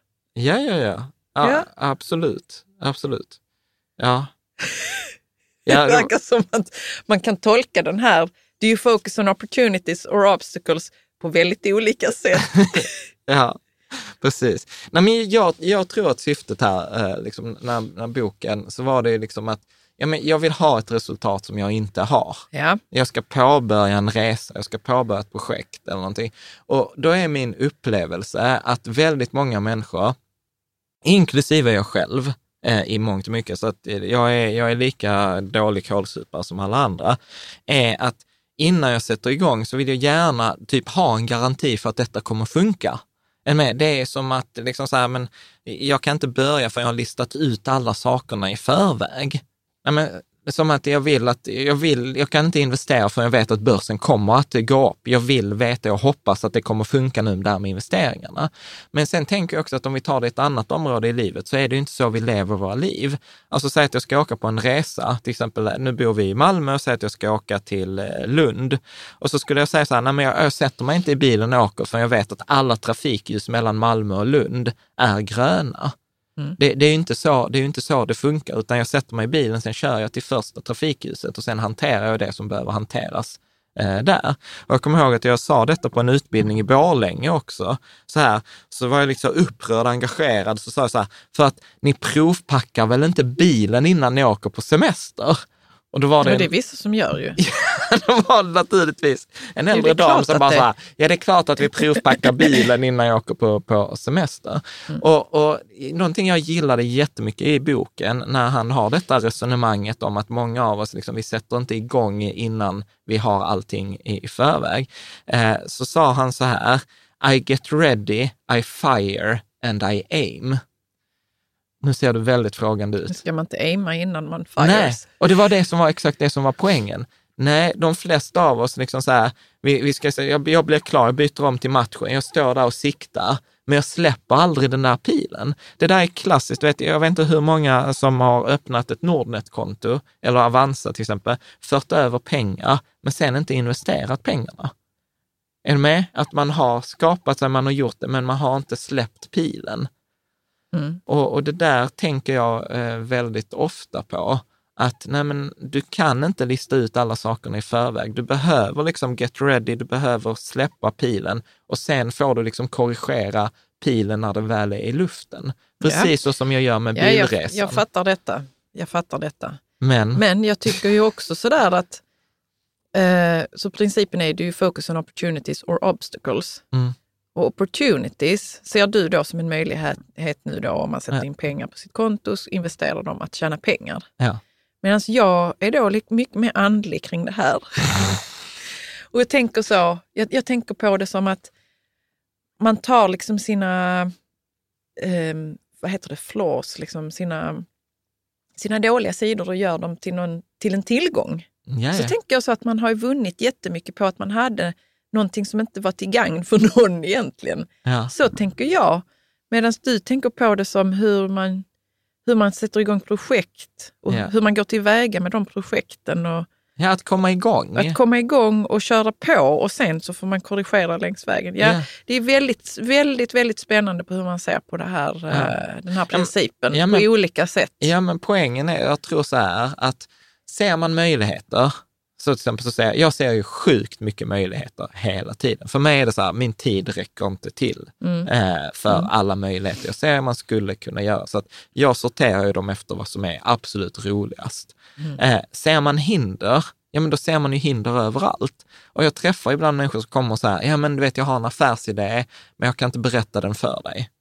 Ja, absolut. Ja. Det verkar som att man kan tolka den här do you focus on opportunities or obstacles på väldigt olika sätt. Ja, precis. Nej, men jag tror att syftet här, liksom, när boken, så var det liksom att jag vill ha ett resultat som jag inte har. Ja. Jag ska påbörja en resa, jag ska påbörja ett projekt eller någonting. Och då är min upplevelse att väldigt många människor, inklusive jag själv, i mångt och mycket, så att jag är lika dålig kålsupare som alla andra, är att innan jag sätter igång så vill jag gärna typ ha en garanti för att detta kommer funka. Det är som att liksom så här, men jag kan inte börja för jag har listat ut alla sakerna i förväg. Som att jag kan inte investera för jag vet att börsen kommer att gå upp. Jag vill veta och hoppas att det kommer funka nu där med investeringarna. Men sen tänker jag också att om vi tar det ett annat område i livet så är det ju inte så vi lever våra liv. Alltså säg att jag ska åka på en resa, till exempel nu bor vi i Malmö och säg att jag ska åka till Lund. Och så skulle jag säga så här, nej men jag sätter mig inte i bilen och åker för jag vet att alla trafikljus mellan Malmö och Lund är gröna. Det är ju inte så det funkar, utan jag sätter mig i bilen, sen kör jag till första trafikljuset och sen hanterar jag det som behöver hanteras där. Och jag kommer ihåg att jag sa detta på en utbildning i Borlänge också. Så var jag liksom upprörd och engagerad, så sa jag så här, för att ni provpackar väl inte bilen innan ni åker på semester? Och då var det är vissa som gör ju. Då var det naturligtvis en äldre dam som bara sa, det är klart att vi provpackar bilen innan jag åker på semester. Och någonting jag gillade jättemycket i boken, när han har detta resonemanget om att många av oss, liksom, vi sätter inte igång innan vi har allting i förväg. Så sa han så här, I get ready, I fire and I aim. Nu ser du väldigt frågande ut. Ska man inte aima innan man fires? Nej, och det var det som var exakt det som var poängen. Nej, de flesta av oss liksom så här, vi ska säga, jag blir klar, jag byter om till matchen, jag står där och siktar, men jag släpper aldrig den där pilen. Det där är klassiskt, jag vet inte hur många som har öppnat ett Nordnet-konto, eller Avanza till exempel, fört över pengar, men sen inte investerat pengarna. Är du med? Att man har skapat sig, man har gjort det, men man har inte släppt pilen. Och det där tänker jag väldigt ofta på, att nej men, du kan inte lista ut alla sakerna i förväg. Du behöver liksom get ready, du behöver släppa pilen och sen får du liksom korrigera pilen när den väl är i luften. Precis så som jag gör med bilresan. Jag fattar detta. Men jag tycker ju också sådär att så principen är det ju focus on opportunities or obstacles. Och opportunities ser du då som en möjlighet nu då om man sätter in pengar på sitt konto och investerar dem att tjäna pengar. Ja. Medan jag är då mycket mer andlig kring det här. Och jag tänker så, jag tänker på det som att man tar liksom sina, vad heter det, flaws, liksom sina dåliga sidor och gör dem till en tillgång. Jaja. Så tänker jag så att man har ju vunnit jättemycket på att man hade någonting som inte var till gagn för någon egentligen. Ja. Så tänker jag. Medan du tänker på det som hur man sätter igång projekt och hur man går tillväga med de projekten. Och att komma igång. Att komma igång och köra på och sen så får man korrigera längs vägen. Ja, det är väldigt, väldigt, väldigt spännande på hur man ser på det här, den här principen på olika sätt. Ja, men poängen är, jag tror så här, att ser man möjligheter, så till exempel så säger jag ser ju sjukt mycket möjligheter hela tiden. För mig är det så här, min tid räcker inte till för alla möjligheter jag ser man skulle kunna göra. Så att jag sorterar ju dem efter vad som är absolut roligast. Ser man hinder, ja men då ser man ju hinder överallt. Och jag träffar ibland människor som kommer och säger, ja men du vet jag har en affärsidé men jag kan inte berätta den för dig.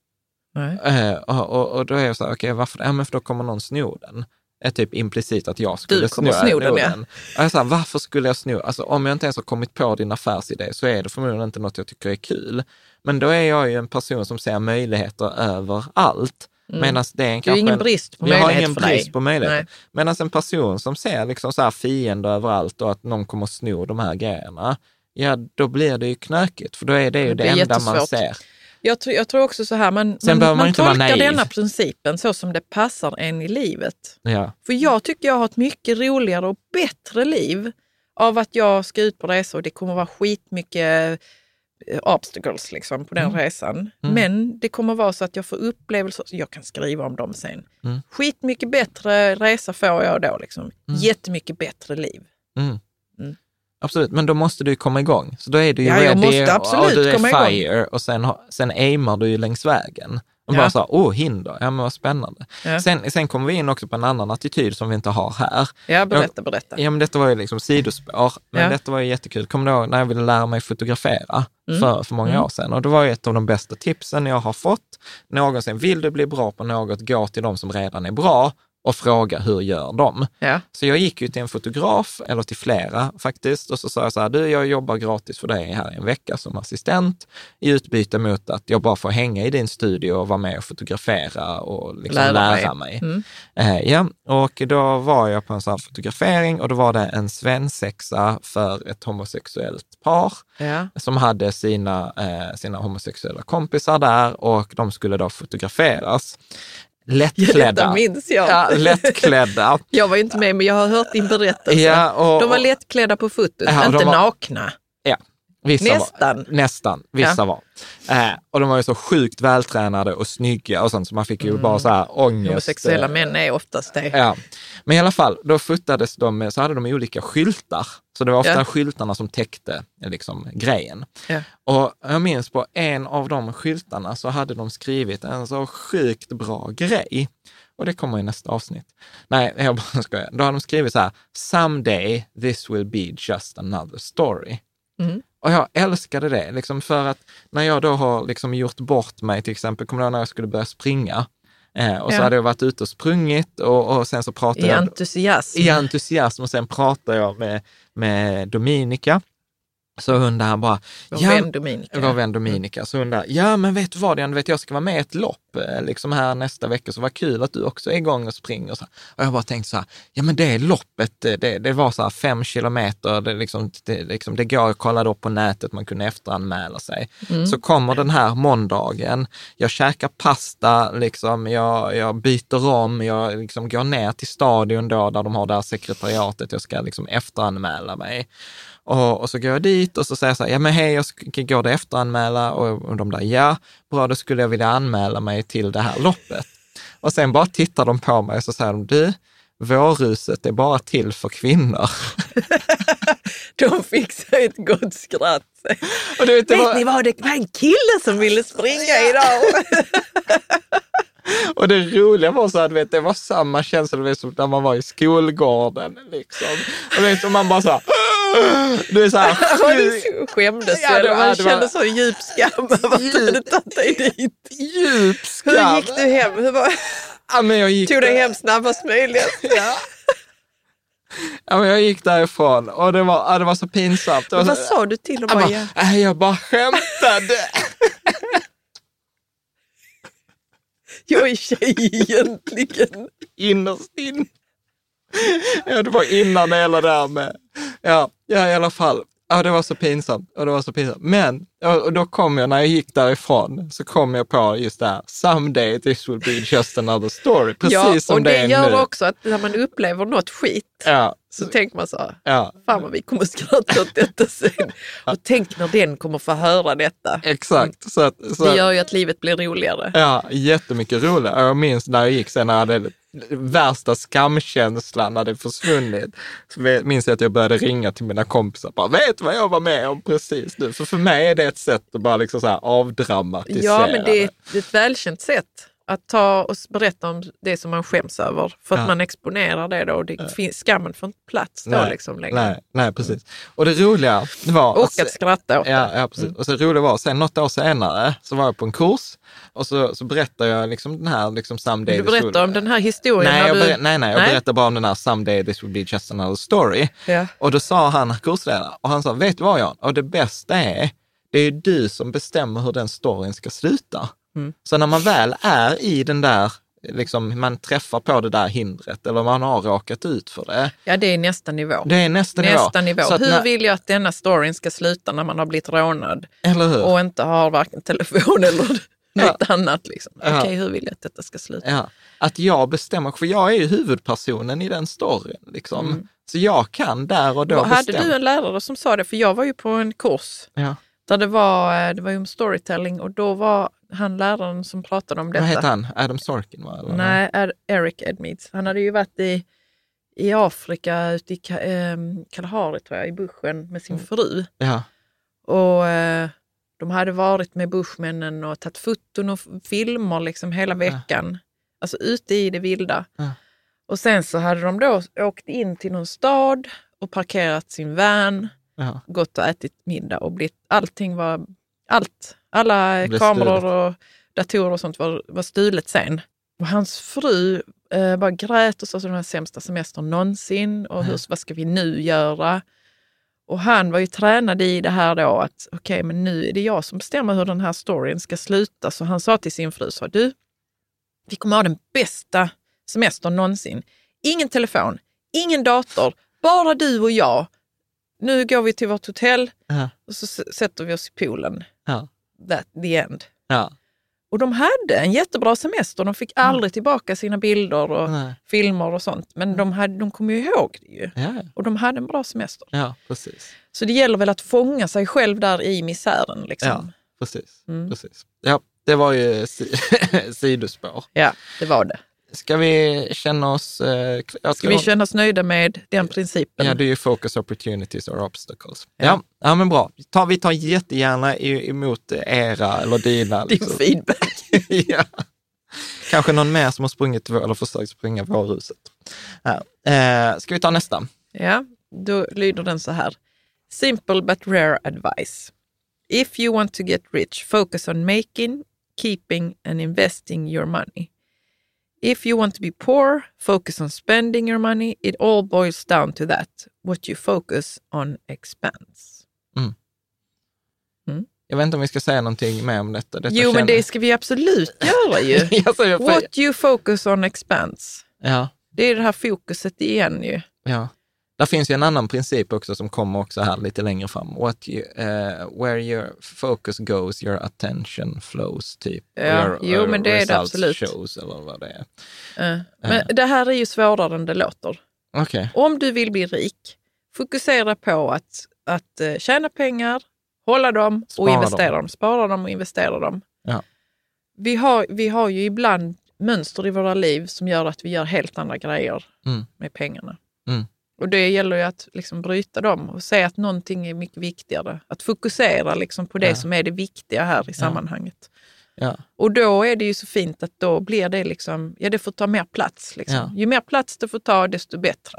Och då är jag så här, okej, varför? Ja men för då kommer någon sno den. Är typ implicit att jag skulle sno den. Och jag sa, varför skulle jag sno? Alltså om jag inte ens har kommit på din affärsidé så är det förmodligen inte något jag tycker är kul. Men då är jag ju en person som ser möjligheter överallt. Medan det är kanske ingen brist på möjlighet. Jag har ingen brist på möjlighet. Medan en person som ser liksom så här fiender överallt och att någon kommer att sno de här grejerna, ja då blir det ju knökigt. För då är det ju det enda man ser. Jag tror också så här, man tolkar denna principen så som det passar en i livet. Ja. För jag tycker jag har ett mycket roligare och bättre liv av att jag ska ut på resa och det kommer vara skitmycket obstacles liksom på den resan. Men det kommer vara så att jag får upplevelser, jag kan skriva om dem sen. Skitmycket bättre resa får jag då liksom. Jättemycket bättre liv. Absolut, men då måste du komma igång. Så då är du ju ready, jag måste absolut och du är komma fire igång. Och sen aimar du ju längs vägen. Och bara så, hinder, ja men vad spännande. Ja. Sen kommer vi in också på en annan attityd som vi inte har här. Ja, berätta. Ja, men detta var ju liksom sidospår. Men detta var ju jättekul. Kommer du ihåg när jag ville lära mig fotografera för många år sedan? Och det var ju ett av de bästa tipsen jag har fått. Någonsin, vill du bli bra på något, gå till de som redan är bra och fråga hur gör de. Ja. Så jag gick ju till en fotograf, eller till flera faktiskt, och så sa jag så här, du, jag jobbar gratis för dig här en vecka som assistent i utbyte mot att jag bara får hänga i din studio och vara med och fotografera och liksom lära mig. Och då var jag på en sån här fotografering och då var det en svensexa för ett homosexuellt par som hade sina homosexuella kompisar där och de skulle då fotograferas. Lättklädda. Detta minns jag. Ja, lättklädda. Jag var ju inte med, men jag har hört din berättelse. Ja, de var lättklädda på fotot, inte nakna. Ja, nästan. Vissa var. Och de var ju så sjukt vältränade och snygga och sånt, så man fick ju bara så här ångest. Homosexuella män är oftast det. Ja. Men i alla fall, då fotades de, så hade de olika skyltar. Så det var ofta skyltarna som täckte liksom grejen. Ja. Och jag minns på en av de skyltarna så hade de skrivit en så sjukt bra grej. Och det kommer i nästa avsnitt. Nej, jag bara skojar. Då har de skrivit så här, someday this will be just another story. Och jag älskade det, liksom för att när jag då har liksom gjort bort mig, till exempel, kommer jag när jag skulle börja springa, och så hade jag varit ute och sprungit och sen så pratade jag... I entusiasm och sen pratade jag med Dominika. Så hon här bara... Vår vän Dominika. Så hon där, ja men vet du vad, jag ska vara med i ett lopp liksom här nästa vecka, så var kul att du också är igång och springer. Och, så. Och jag bara tänkte så här, ja men det loppet, det var så här 5 kilometer, det går, jag kollade upp på nätet, man kunde efteranmäla sig. Så kommer den här måndagen, jag käkar pasta, liksom, jag byter om, jag liksom går ner till stadion då, där de har det här sekretariatet, jag ska liksom efteranmäla mig. Och så går jag dit och så säger jag så här, ja men hej, jag ska gå det efteranmäla, och de där, ja, bra, då skulle jag vilja anmäla mig till det här loppet. Och sen bara tittar de på mig och så säger de, du, vårruset är bara till för kvinnor. De fick sig ett gott skratt. Och du vet ni vad, det var en kille som ville springa idag. Och det roliga var så att det var samma känsla som när man var i skolgården. Liksom. Och det är som man bara så här, Du är så här... Du skämdes eller man kände så djup skam över att du hade tagit dig dit. Djup skam. Hur gick du hem? Tog dig hem snabbast möjligt? Ja. Ja, men jag gick därifrån och det var så pinsamt. Vad sa du till och med? Jag bara skämtade. Jag är tjej egentligen. Innerst in. Ja, det var innan hela där med. Ja, i alla fall. Ja, det var så pinsamt. Men, och då kom jag, när jag gick därifrån, så kom jag på just det här. Someday this will be just another story. Precis som det är nu. Ja, och det gör också att när man upplever något skit, så tänker man så här, fan vad vi kommer skratta åt detta sen. Och tänk när den kommer få höra detta. Exakt. Så det gör ju att livet blir roligare. Ja, jättemycket roligare. Jag minns när jag gick sen när jag hade värsta skamkänslan hade försvunnit. Så minns jag att jag började ringa till mina kompisar. Bara, vet vad jag var med om precis nu? För mig är det ett sätt att bara liksom så här avdramatisera. Ja, men det är ett välkänt sätt att ta och berätta om det som man skäms över. För att man exponerar det då. Skammen får inte plats då liksom längre. Nej, precis. Och det roliga var... Och att skratta åt det. Ja, precis. Och så det roliga var, sen något år senare så var jag på en kurs och så berättade jag liksom den här liksom someday... Du berättar om den här historien? Nej, jag berättade bara om den här someday this will be just another story. Ja. Och då sa han, kursledaren, och han sa, vet du vad Jan? Och det bästa är, det är du som bestämmer hur den storyn ska sluta. Så när man väl är i den där, liksom, man träffar på det där hindret eller man har råkat ut för det. Ja, det är nästa nivå. Det är nästa nivå. Så hur vill jag att denna storyn ska sluta när man har blivit rånad? Eller hur? Och inte har varken telefon eller något annat. Liksom. Okej, hur vill jag att detta ska sluta? Ja. Att jag bestämmer, för jag är ju huvudpersonen i den storyn. Liksom. Så jag kan där och då bestämma. Hade du en lärare som sa det? För jag var ju på en kurs där det var ju om storytelling och då var han läraren som pratade om detta. Vad heter han? Adam Sorkin, va? Eller? Nej, Eric Edmeades. Han hade ju varit i Afrika, ute i Kalahari tror jag, i bushen med sin fru. Ja. Och de hade varit med bushmännen och tagit foton och filmer liksom hela veckan. Alltså ute i det vilda. Ja. Och sen så hade de då åkt in till någon stad och parkerat sin van. Ja. Gått och ätit middag och alla kameror och datorer och sånt var stulet sen. Och hans fru bara grät och sa att det var den sämsta semestern någonsin. Och vad ska vi nu göra? Och han var ju tränad i det här då att okej, men nu är det jag som bestämmer hur den här storyn ska sluta. Så han sa till sin fru, vi kommer ha den bästa semestern någonsin. Ingen telefon, ingen dator, bara du och jag. Nu går vi till vårt hotell och så sätter vi oss i poolen. That the end. Ja. Och de hade en jättebra semester. De fick aldrig tillbaka sina bilder och filmer och sånt. Men de kom ju ihåg det ju. Ja. Och de hade en bra semester. Ja, precis. Så det gäller väl att fånga sig själv där i misären. Liksom. Ja, precis. Ja, det var ju sidospår. Ja, det var det. Ska vi känna oss... Ska vi känna oss nöjda med den principen? Ja, det är ju focus, opportunities or obstacles. Ja, men bra. Vi tar jättegärna emot era eller dina... Din feedback. Ja. Kanske någon mer som har sprungit eller försökt springa vårhuset. Ska vi ta nästa? Ja, då lyder den så här. Simple but rare advice. If you want to get rich, focus on making, keeping and investing your money. If you want to be poor, focus on spending your money. It all boils down to that. What you focus on expands. Jag vet inte om vi ska säga någonting mer om detta. Men det ska vi absolut göra ju. What you focus on expands. Ja. Det är det här fokuset igen ju. Ja. Där finns ju en annan princip också som kommer också här lite längre fram. Where your focus goes, your attention flows, typ. Ja, men det är det absolut. Shows, eller vad det är. Men det här är ju svårare än det låter. Okay. Om du vill bli rik, fokusera på att tjäna pengar, hålla dem och investera dem. Spara dem och investera dem. Ja. Vi har ju ibland mönster i våra liv som gör att vi gör helt andra grejer med pengarna. Och det gäller ju att liksom bryta dem och säga att någonting är mycket viktigare. Att fokusera liksom på det som är det viktiga här i sammanhanget. Ja. Och då är det ju så fint att då blir det liksom, det får ta mer plats. Liksom. Ja. Ju mer plats det får ta, desto bättre.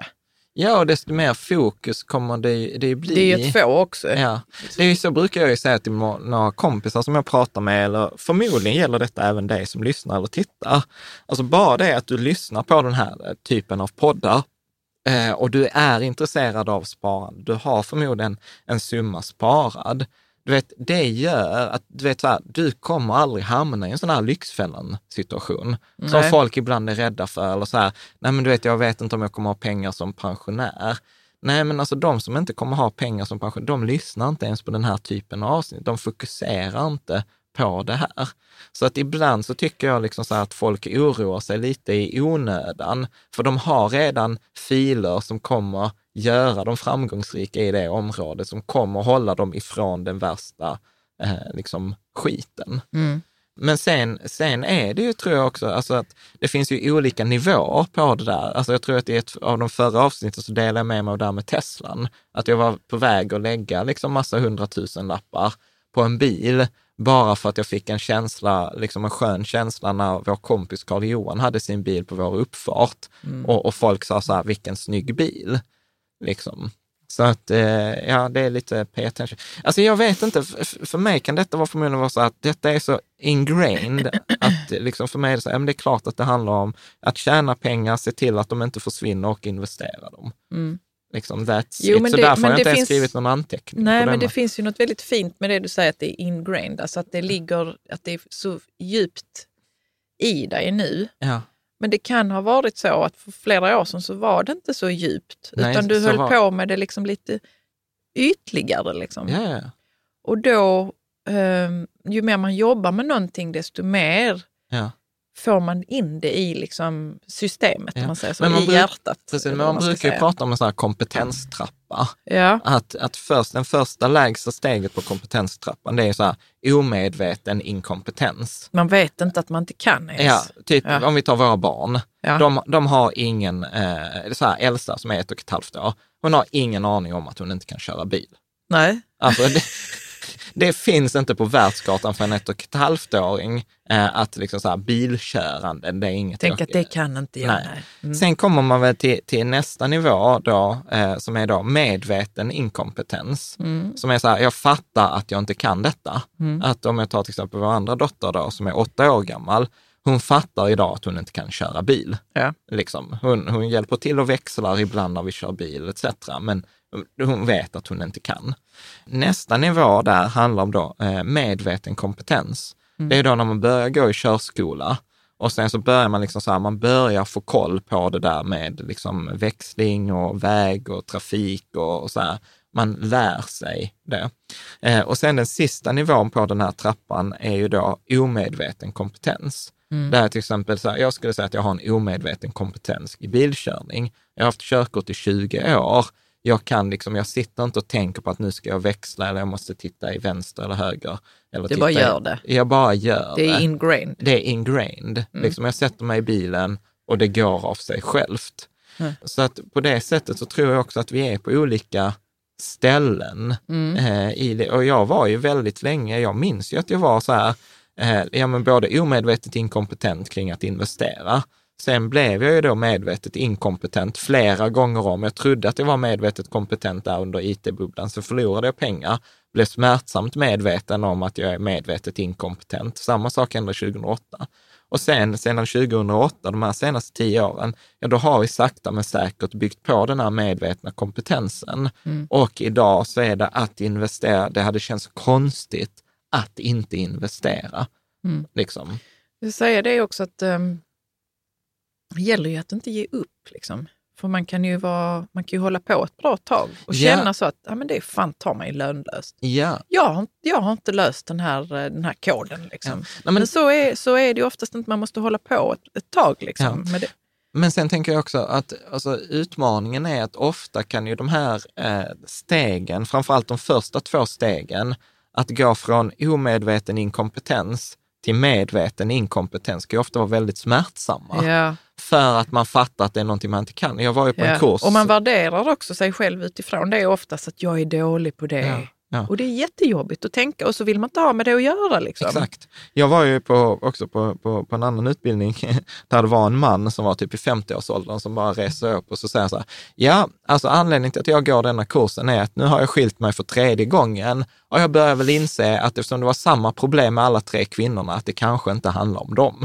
Ja, och desto mer fokus kommer det bli. Det är ju 2 också. Ja, det är ju så brukar jag ju säga till några kompisar som jag pratar med, eller förmodligen gäller detta även dig som lyssnar eller tittar. Alltså bara det att du lyssnar på den här typen av poddar och du är intresserad av sparande, du har förmodligen en summa sparad. Du vet, det gör att du kommer aldrig hamna i en sån här lyxfällan-situation. Som folk ibland är rädda för. Eller så här, nej men du vet, jag vet inte om jag kommer ha pengar som pensionär. Nej men alltså de som inte kommer ha pengar som pensionär, de lyssnar inte ens på den här typen av avsnitt. De fokuserar inte på det här. Så att ibland så tycker jag liksom så här att folk oroar sig lite i onödan. För de har redan filer som kommer göra dem framgångsrika i det området, som kommer hålla dem ifrån den värsta liksom skiten. Men sen är det ju, tror jag också, alltså att det finns ju olika nivåer på det där. Alltså jag tror att i ett av de förra avsnitten så delade jag med mig där med Teslan. Att jag var på väg att lägga liksom massa 100 000 lappar på en bil bara för att jag fick en känsla, liksom en skön känsla när vår kompis Carl Johan hade sin bil på vår uppfart och folk sa så här, vilken snygg bil. Liksom. Så att, ja, det är lite pay-attention. Alltså jag vet inte, för mig kan detta förmodligen vara så att detta är så ingrained att liksom för mig är det så, men det är klart att det handlar om att tjäna pengar, se till att de inte försvinner och investera dem. Liksom that's it. Så därför har jag inte ens skrivit någon anteckning. Nej, men det finns ju något väldigt fint med det du säger att det är ingrained, alltså att det ligger, att det är så djupt i dig nu. Ja. Men det kan ha varit så att för flera år sedan så var det inte så djupt. Nej, utan du höll på med det liksom lite ytligare. Liksom. Ja. Och då, ju mer man jobbar med någonting, desto mer får man in det i liksom systemet, om man säger så, i hjärtat. Precis, men man brukar ju prata om en sån här kompetenstrappa. Ja. Att den första lägsta steget på kompetenstrappan, det är så här omedveten inkompetens. Man vet inte att man inte kan ens. Ja, typ om vi tar våra barn. Ja. De har ingen, så här, Elsa som är 1,5 år, hon har ingen aning om att hon inte kan köra bil. Nej. Alltså det finns inte på världskartan för en 1,5-åring att liksom så här, bilkörande, det är inget. Tänk att det kan inte jag. Nej. Sen kommer man väl till nästa nivå då, som är då medveten inkompetens. Som är så här, jag fattar att jag inte kan detta. Att om jag tar till exempel vår andra dotter då, som är 8 år gammal, hon fattar idag att hon inte kan köra bil. Ja. Liksom. Hon hjälper till och växlar ibland när vi kör bil etc. Men hon vet att hon inte kan. Nästa nivå där handlar om då medveten kompetens. Det är då när man börjar gå i körskola och sen så börjar man liksom så här, man börjar få koll på det där med liksom växling och väg och trafik och så här. Man lär sig det. Och sen den sista nivån på den här trappan är ju då omedveten kompetens. Där till exempel, så här, jag skulle säga att jag har en omedveten kompetens i bilkörning. Jag har haft körkort i 20 år. Jag sitter inte och tänker på att nu ska jag växla eller jag måste titta i vänster eller höger. Eller du bara gör det. Jag bara gör det. Det är ingrained. Det är ingrained. Liksom jag sätter mig i bilen och det går av sig självt. Så att på det sättet så tror jag också att vi är på olika ställen i det. Och jag var ju väldigt länge, jag minns ju att jag var så här, men både omedvetet inkompetent kring att investera. Sen blev jag ju då medvetet inkompetent flera gånger om. Jag trodde att jag var medvetet kompetent där under IT-bubblan, så förlorade jag pengar. Blev smärtsamt medveten om att jag är medvetet inkompetent. Samma sak hände 2008. Och sedan 2008, de här senaste 10 åren, då har vi sakta men säkert byggt på den här medvetna kompetensen. Och idag så är det att investera. Det hade känts konstigt att inte investera. Liksom. Jag säger det också att det gäller ju att inte ge upp. Liksom. För man kan ju hålla på ett bra tag och känna så att men det är fan ta mig lönlöst. Ja. Jag har inte löst den här koden. Liksom. Ja. Men så är det ju oftast inte, man måste hålla på ett tag. Liksom, med det. Men sen tänker jag också att alltså, utmaningen är att ofta kan ju de här stegen, framförallt de första 2 stegen, att gå från omedveten inkompetens till medveten inkompetens kan ju ofta vara väldigt smärtsamma. Ja. För att man fattar att det är någonting man inte kan. Jag var ju på en kurs. Och man värderar också sig själv utifrån det oftast att jag är dålig på det. Ja. Och det är jättejobbigt att tänka och så vill man inte ha med det att göra. Liksom. Exakt. Jag var ju också på en annan utbildning där det var en man som var typ i 50-årsåldern som bara reser upp och så säger så här, ja, alltså anledningen till att jag går denna kursen är att nu har jag skilt mig för 3:e gången och jag börjar väl inse att eftersom det var samma problem med alla 3 kvinnorna att det kanske inte handlar om dem.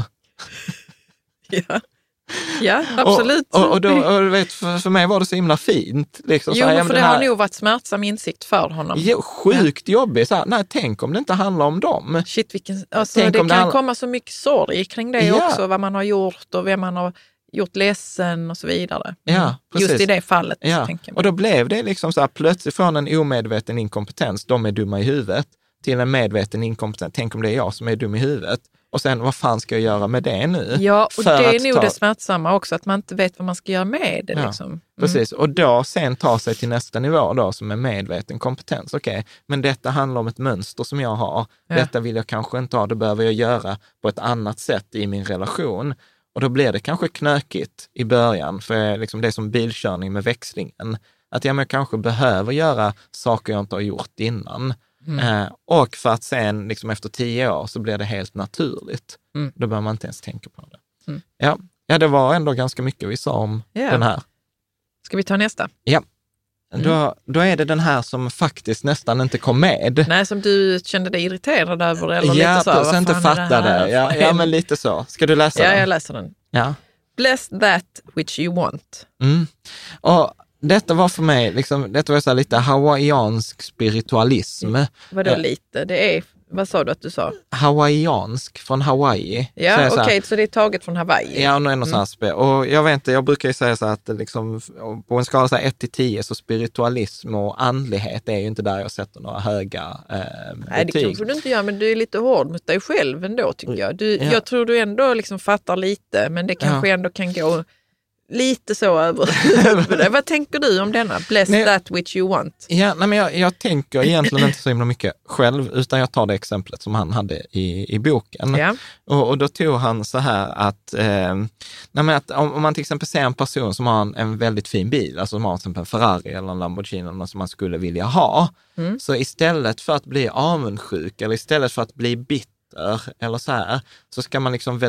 Ja, absolut. Och du vet, för mig var det så himla fint. Liksom, jo, för det har nog varit smärtsam insikt för honom. Jo, sjukt jobbigt. Tänk om det inte handlar om dem. Shit, det kan komma så mycket sorg kring det också. Vad man har gjort och vem man har gjort ledsen och så vidare. Ja, precis. Just i det fallet. Ja. Tänker man. Och då blev det liksom så här, plötsligt från en omedveten inkompetens, de är dumma i huvudet, till en medveten inkompetens. Tänk om det är jag som är dum i huvudet. Och sen, vad fan ska jag göra med det nu? Ja, och det är nog det smärtsamma också, att man inte vet vad man ska göra med det. Ja, liksom. Precis, och då sen ta sig till nästa nivå då, som är medveten kompetens. Okej, men detta handlar om ett mönster som jag har. Ja. Detta vill jag kanske inte ha, det behöver jag göra på ett annat sätt i min relation. Och då blir det kanske knökigt i början, för liksom det är som bilkörning med växlingen. Att jag kanske behöver göra saker jag inte har gjort innan. Och för att sen liksom efter 10 år så blir det helt naturligt. Då behöver man inte ens tänka på det. Ja, det var ändå ganska mycket vi sa om den här. Ska vi ta nästa? Ja. Då är det den här som faktiskt nästan inte kom med. Nej, som du kände dig irriterad över eller lite så. Ja, inte fattade. Ja, men lite så. Ska du läsa den? Ja, jag läser den. Ja. Bless that which you want. Och detta var för mig, liksom, detta var så här lite hawaiiansk spiritualism. Vadå lite? Det är, vad sa du att du sa? Hawaiiansk, från Hawaii. Ja, okej, så det är taget från Hawaii. Ja, och någon sån här och jag vet inte, jag brukar ju säga så att liksom, på en skala 1-10 så spiritualism och andlighet är ju inte där jag sätter några höga Nej, det kanske du inte gör, men du är lite hård mot dig själv ändå, tycker jag. Jag tror du ändå liksom fattar lite, men det kanske ändå kan gå lite så över. Vad tänker du om denna? Bless that which you want. Ja, nej, men jag tänker egentligen inte så himla mycket själv, utan jag tar det exemplet som han hade i boken. Ja. Och då tog han så här att, att om man till exempel ser en person som har en väldigt fin bil, alltså som har till exempel en Ferrari eller en Lamborghini som man skulle vilja ha, så istället för att bli avundsjuk eller istället för att bli bitter eller så här, så ska man liksom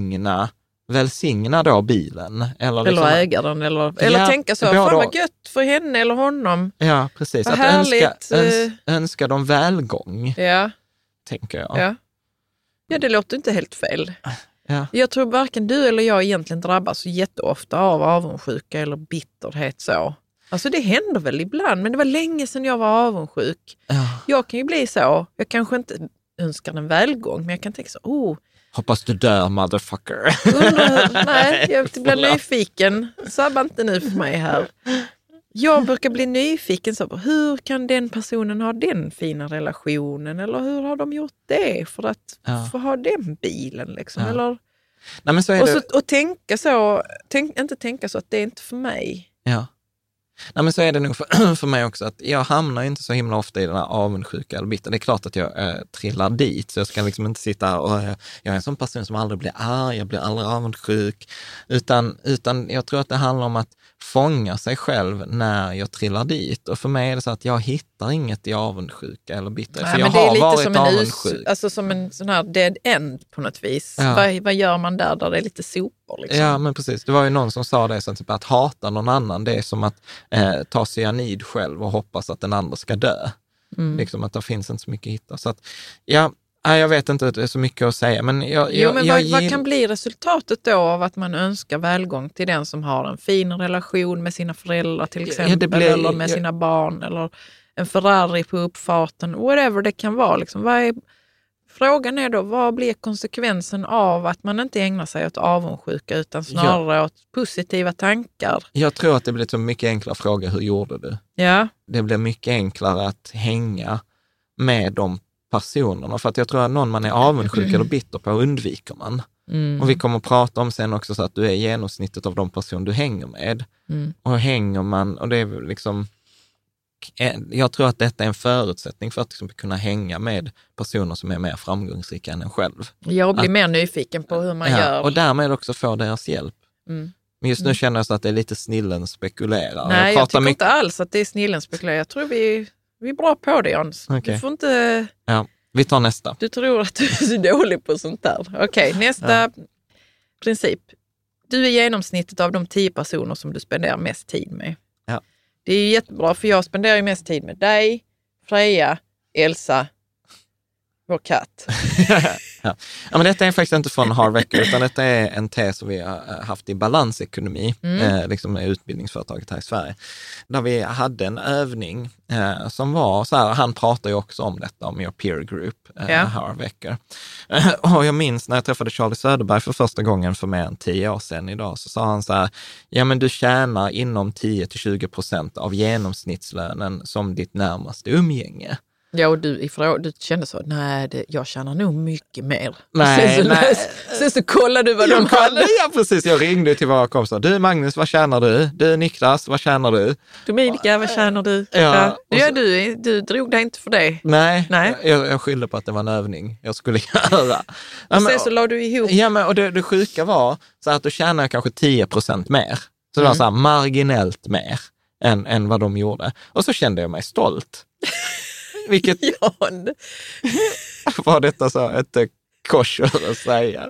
välsigna då bilen. Eller liksom, ägaren. Eller tänka så, fan vad gött för henne eller honom. Ja, precis. Vad att härligt. önska dem välgång. Ja. Tänker jag. Ja, det låter inte helt fel. Ja. Jag tror varken du eller jag egentligen drabbas så jätteofta av avundsjuka eller bitterhet så. Alltså det händer väl ibland, men det var länge sedan jag var avundsjuk. Ja. Jag kan ju bli så. Jag kanske inte önskar en välgång, men jag kan tänka så, hoppas du dör, motherfucker. Nej, jag blir nyfiken. Sabba inte nu för mig här. Jag brukar bli nyfiken. Så, hur kan den personen ha den fina relationen? Eller hur har de gjort det för att få ha den bilen? Liksom? Eller, nej, men så är och tänka så, inte tänka så att det är inte för mig. Ja. Nej, men så är det nog för mig också, att jag hamnar inte så himla ofta i den här avundsjuka eller bitter. Det är klart att jag trillar dit, så jag ska liksom inte sitta här och jag är en sån person som aldrig blir arg, jag blir aldrig avundsjuk, utan jag tror att det handlar om att fånga sig själv när jag trillar dit. Och för mig är det så att jag hittar inget i avundsjuka eller bitterhet. Nej, för jag men det är har lite varit som avundsjuk. alltså som en sån här dead end på något vis. Ja. Vad gör man där det är lite sopor? Liksom? Ja, men precis. Det var ju någon som sa det, så typ, att hata någon annan, det är som att ta cyanid själv och hoppas att den andra ska dö. Liksom att det finns inte så mycket att hitta. Så att, jag vet inte, det är så mycket att säga. Men vad kan bli resultatet då av att man önskar välgång till den som har en fin relation med sina föräldrar till exempel, eller med sina barn, eller en Ferrari på uppfarten, whatever det kan vara. Liksom. Frågan är då, vad blir konsekvensen av att man inte ägnar sig åt avundsjuka utan snarare åt positiva tankar? Jag tror att det blir så mycket enklare fråga, hur gjorde du? Ja. Det blir mycket enklare att hänga med de personerna. För att jag tror att någon man är avundsjuk eller bitter på undviker man. Och vi kommer att prata om sen också så att du är genomsnittet av de personer du hänger med. Och hänger man, och det är liksom, jag tror att detta är en förutsättning för att liksom kunna hänga med personer som är mer framgångsrika än en själv. Jag blir mer nyfiken på hur man gör. Och därmed också få deras hjälp. Men just nu känner jag så att det är lite snillen spekulerar. Nej, jag tycker inte alls att det är snillen spekulerar. Jag tror Vi är bra på det, Jans. Okay. Du får inte... Ja, vi tar nästa. Du tror att du är så dålig på sånt där. Okej, nästa princip. Du är genomsnittet av de 10 personer som du spenderar mest tid med. Ja. Det är jättebra, för jag spenderar ju mest tid med dig, Freja, Elsa, vår katt. Ja, men detta är faktiskt inte från Harvecker, utan detta är en tes som vi har haft i balansekonomi, liksom med utbildningsföretaget här i Sverige. Där vi hade en övning som var så här, han pratar ju också om detta, om your peer group, Harvecker. Och jag minns när jag träffade Charlie Söderberg för första gången för mer än 10 år sedan idag, så sa han så här, ja men du tjänar inom 10-20% av genomsnittslönen som ditt närmaste umgänge. Ja, och du kände så, nej, jag tjänar nog mycket mer. Nej. Sen så kollar du vad de hade. Ja, precis. Jag ringde till våra kompisar. Du Magnus, vad tjänar du? Du Niklas, vad tjänar du? Dominika, vad tjänar du? Ja, du drog dig inte för det. Nej. Jag skyllde på att det var en övning jag skulle göra. Och sen så la du ihop. Ja, men och det sjuka var så att du tjänar kanske 10% mer. Så det var så här marginellt mer än vad de gjorde. Och så kände jag mig stolt. Vilket var detta så ett kosher att säga.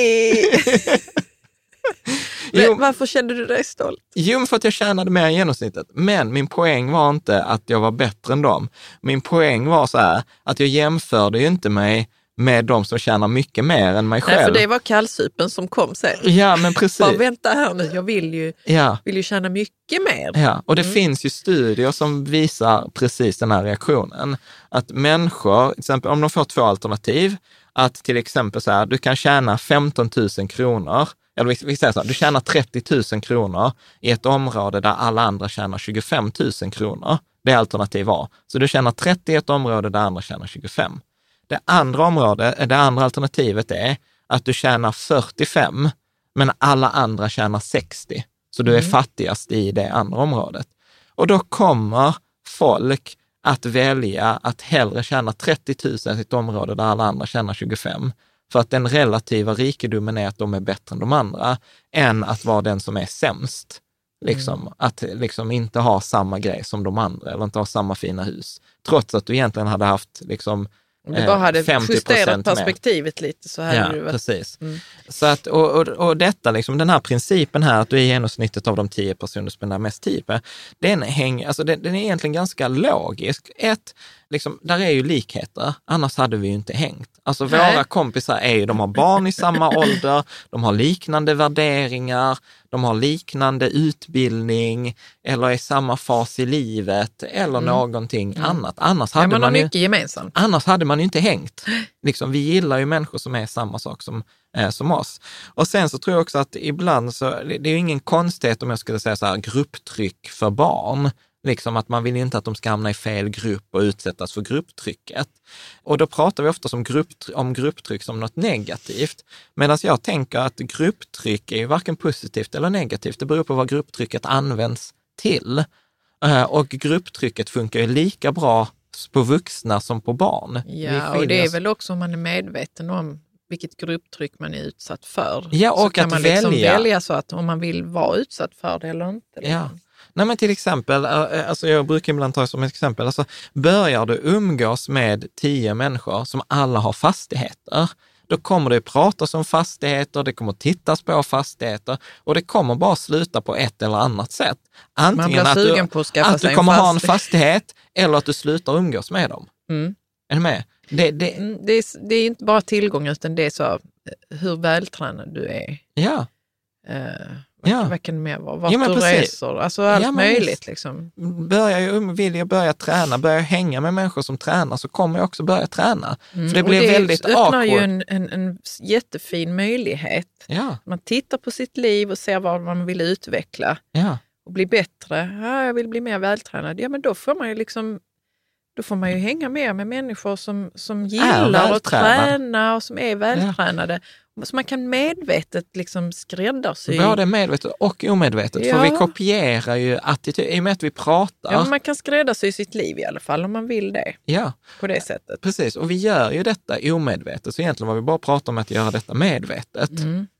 Varför kände du dig stolt? Jo, för att jag tjänade mer än genomsnittet. Men min poäng var inte att jag var bättre än dem. Min poäng var så här att jag jämförde ju inte mig med de som tjänar mycket mer än mig själv. Nej, för det var kallsupen som kom sen. Ja, men precis. Bara vänta här nu, jag vill ju tjäna mycket mer. Ja, och det finns ju studier som visar precis den här reaktionen. Att människor, till exempel om de får 2 alternativ, att till exempel så här, du kan tjäna 15 000 kronor, eller vi säger så här, du tjänar 30 000 kronor i ett område där alla andra tjänar 25 000 kronor. Det är alternativ A. Så du tjänar 30 i ett område där andra tjänar 25. Det andra alternativet är att du tjänar 45, men alla andra tjänar 60. Så du är fattigast i det andra området. Och då kommer folk att välja att hellre tjäna 30 000 i ett område där alla andra tjänar 25. För att den relativa rikedomen är att de är bättre än de andra, än att vara den som är sämst. Att liksom inte ha samma grej som de andra, eller inte ha samma fina hus. Trots att du egentligen hade haft liksom om du bara hade justerat perspektivet lite så hade du varit... precis. Så att, och detta liksom, den här principen här att du är genomsnittet av de 10 personer du spenderar mest tid på, den är egentligen ganska logisk. Liksom, där är ju likheter, annars hade vi ju inte hängt. Alltså våra kompisar de har barn i samma ålder, de har liknande värderingar, de har liknande utbildning eller är i samma fas i livet eller någonting annat. Annars hade man har mycket gemensamt. Annars hade man ju inte hängt. Liksom, vi gillar ju människor som är samma sak som oss. Och sen så tror jag också att ibland så, det är ju ingen konstighet om jag skulle säga så här, grupptryck för barn. Liksom att man vill inte att de ska hamna i fel grupp och utsättas för grupptrycket. Och då pratar vi ofta om grupptryck som något negativt. Medan jag tänker att grupptryck är ju varken positivt eller negativt. Det beror på vad grupptrycket används till. Och grupptrycket funkar ju lika bra på vuxna som på barn. Ja, och det är väl också om man är medveten om vilket grupptryck man är utsatt för. Ja, och så kan att man liksom välja så att om man vill vara utsatt för det eller inte. Ja. Nej, men till exempel, alltså jag brukar ibland ta som ett exempel, alltså börjar du umgås med 10 människor som alla har fastigheter, då kommer det pratas om fastigheter, det kommer tittas på fastigheter och det kommer bara sluta på ett eller annat sätt. Antingen att du kommer ha en fastighet eller att du slutar umgås med dem. Är du med? Det är inte bara tillgång utan det är så hur vältränad du är. Ja. Vad kan det mer vara? Vart du reser, alltså allt möjligt. Liksom. Vill jag börja träna, börja hänga med människor som tränar så kommer jag också börja träna. För det blir väldigt awkward. Det öppnar ju en jättefin möjlighet. Ja. Man tittar på sitt liv och ser vad man vill utveckla och bli bättre. Ja, jag vill bli mer vältränad. Ja, men då får man ju hänga mer med människor som gillar att träna och som är vältränade. Så man kan medvetet liksom skräddarsy. Både medvetet och omedvetet. För vi kopierar ju attityd i och med att vi pratar. Ja, man kan skräddarsy sitt liv i alla fall om man vill det. Ja. På det sättet. Precis, och vi gör ju detta omedvetet. Så egentligen var vi bara pratar om att göra detta medvetet.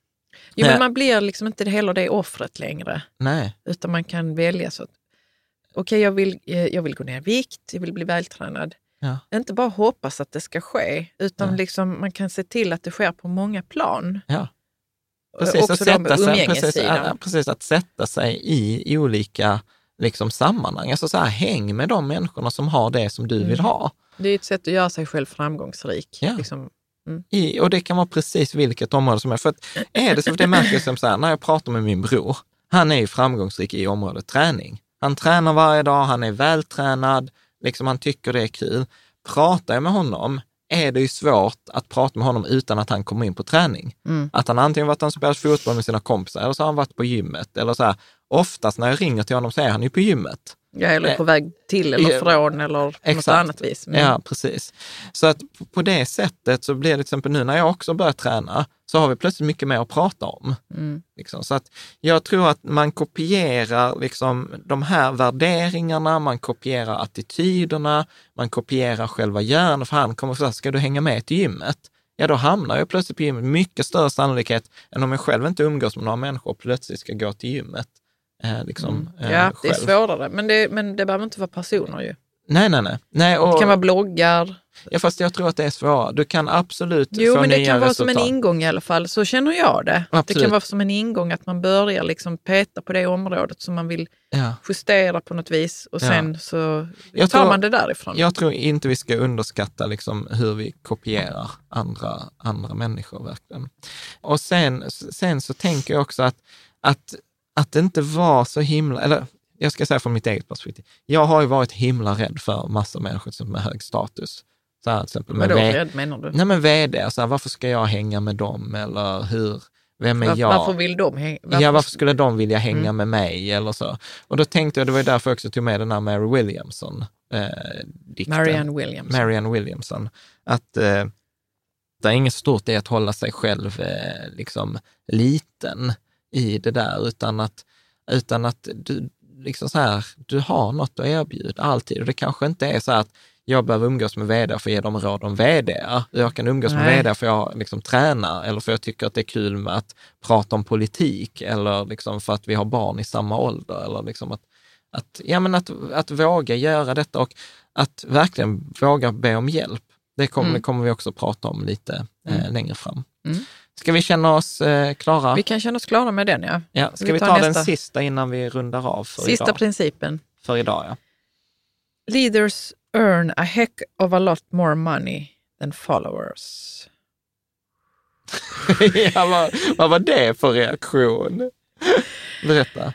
Jo, men man blir liksom inte heller det offret längre. Nej. Utan man kan välja så att okej, jag vill gå ner i vikt, jag vill bli vältränad. Ja. Inte bara hoppas att det ska ske, utan liksom man kan se till att det sker på många plan. Ja. Precis, också att sätta sig i olika liksom sammanhang. Alltså så här, häng med de människorna som har det som du vill ha. Det är ett sätt att göra sig själv framgångsrik. Ja. Liksom. Och det kan vara precis vilket område som är. För att är det så, för det märker jag som så här, när jag pratar med min bror, han är ju framgångsrik i området träning. Han tränar varje dag, han är vältränad, liksom han tycker det är kul. Pratar jag med honom är det ju svårt att prata med honom utan att han kommer in på träning. Att han antingen varit han spelat fotboll med sina kompisar eller så har han varit på gymmet. Eller så här, oftast när jag ringer till honom så är han ju på gymmet. Ja, eller på väg till eller från eller på något annat vis. Ja, precis. Så att på det sättet så blir det till exempel nu när jag också börjar träna så har vi plötsligt mycket mer att prata om. Liksom. Så att jag tror att man kopierar liksom de här värderingarna, man kopierar attityderna, man kopierar själva hjärnan. För han kommer att säga, ska du hänga med till gymmet? Ja, då hamnar jag plötsligt på gymmet. Mycket större sannolikhet än om jag själv inte umgås med några människor och plötsligt ska gå till gymmet. Ja, det är svårare. Men det behöver inte vara personer ju. Nej, och, det kan vara bloggar. Ja, fast jag tror att det är svårare. Du kan absolut få nya resultat. Jo, men det kan vara resultat. som en ingång i alla fall. Så känner jag det. Absolut. Det kan vara som en ingång att man börjar liksom peta på det området som man vill justera på något vis. Och sen så tar man det därifrån. Jag tror inte vi ska underskatta liksom hur vi kopierar andra människor verkligen. Och sen så tänker jag också att det inte var så himla, eller jag ska säga från mitt eget perspektiv. Jag har ju varit himla rädd för massa människor som med hög status. Så här, till exempel med rädd menar du? Nej, men vd. Så här, varför ska jag hänga med dem? Eller vem är jag? Varför vill de hänga? Varför skulle de vilja hänga med mig? Eller så. Och då tänkte jag, det var ju därför jag också tog med den här Mary Williamson. Marianne Williamson. Att det är inget stort i att hålla sig själv liksom liten i det där, utan att du liksom så här, du har något att erbjuda alltid. Och det kanske inte är så att jag behöver umgås med vd för att ge dem råd om vd. Jag kan umgås med vd för jag liksom tränar eller för jag tycker att det är kul med att prata om politik eller liksom för att vi har barn i samma ålder eller liksom att våga göra detta och att verkligen våga be om hjälp. Det kommer vi också prata om lite längre fram. Ska vi känna oss klara? Vi kan känna oss klara med den, ja. Ska vi ta den sista innan vi rundar av för sista idag? Principen. För idag, ja. Leaders earn a heck of a lot more money than followers. Vad var det för reaktion? Berätta.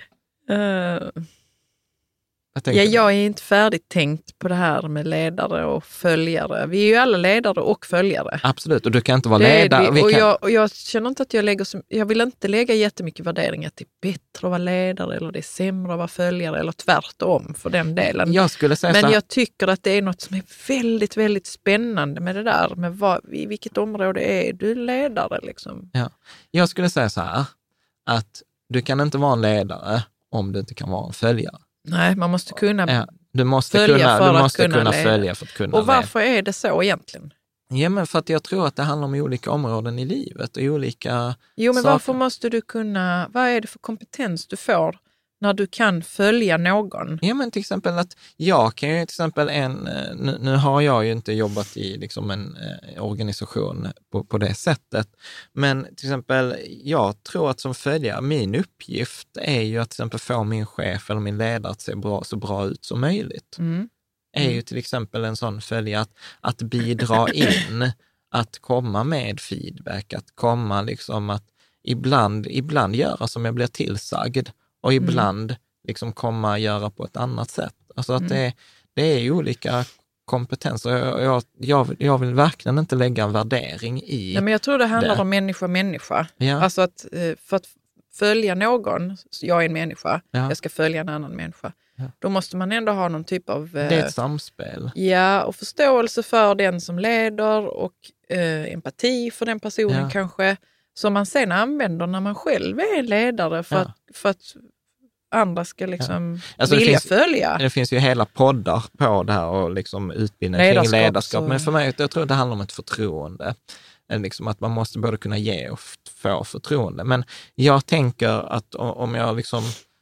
Jag är inte färdigt tänkt på det här med ledare och följare. Vi är ju alla ledare och följare. Absolut, och du kan inte vara ledare. Jag känner inte att jag vill inte lägga jättemycket värderingar till bättre att vara ledare eller det är sämre att vara följare eller tvärtom för den delen. Men jag tycker att det är något som är väldigt, väldigt spännande med det där. Med i vilket område är du ledare liksom? Ja. Jag skulle säga så här, att du kan inte vara en ledare om du inte kan vara en följare. Nej, man måste kunna du måste kunna följa för att kunna. Och varför är det så egentligen? Ja, men för att jag tror att det handlar om olika områden i livet och olika saker. Varför måste du kunna, vad är det för kompetens du får när du kan följa någon? Ja, men till exempel att jag kan ju till exempel nu har jag ju inte jobbat i liksom en organisation på det sättet, men till exempel jag tror att som följare, min uppgift är ju att till exempel få min chef eller min ledare att se så bra ut som möjligt. Är ju till exempel en sån följare att bidra in, att komma med feedback, att komma liksom att ibland göra som jag blir tillsagd. Och ibland liksom komma och göra på ett annat sätt. Alltså att det är ju olika kompetenser. Jag vill verkligen inte lägga en värdering i det. Men jag tror det handlar om människa. Ja. Alltså att för att följa någon, jag är en människa, jag ska följa en annan människa. Ja. Då måste man ändå ha någon typ av... det är ett samspel. Ja, och förståelse för den som leder och empati för den personen kanske. Som man sen använder när man själv är ledare för att andra ska liksom vilja följa. Det finns ju hela poddar på det här och liksom utbildning kring ledarskap. Men för mig, jag tror det handlar om ett förtroende. Liksom att man måste både kunna ge och få förtroende. Men jag tänker att om jag liksom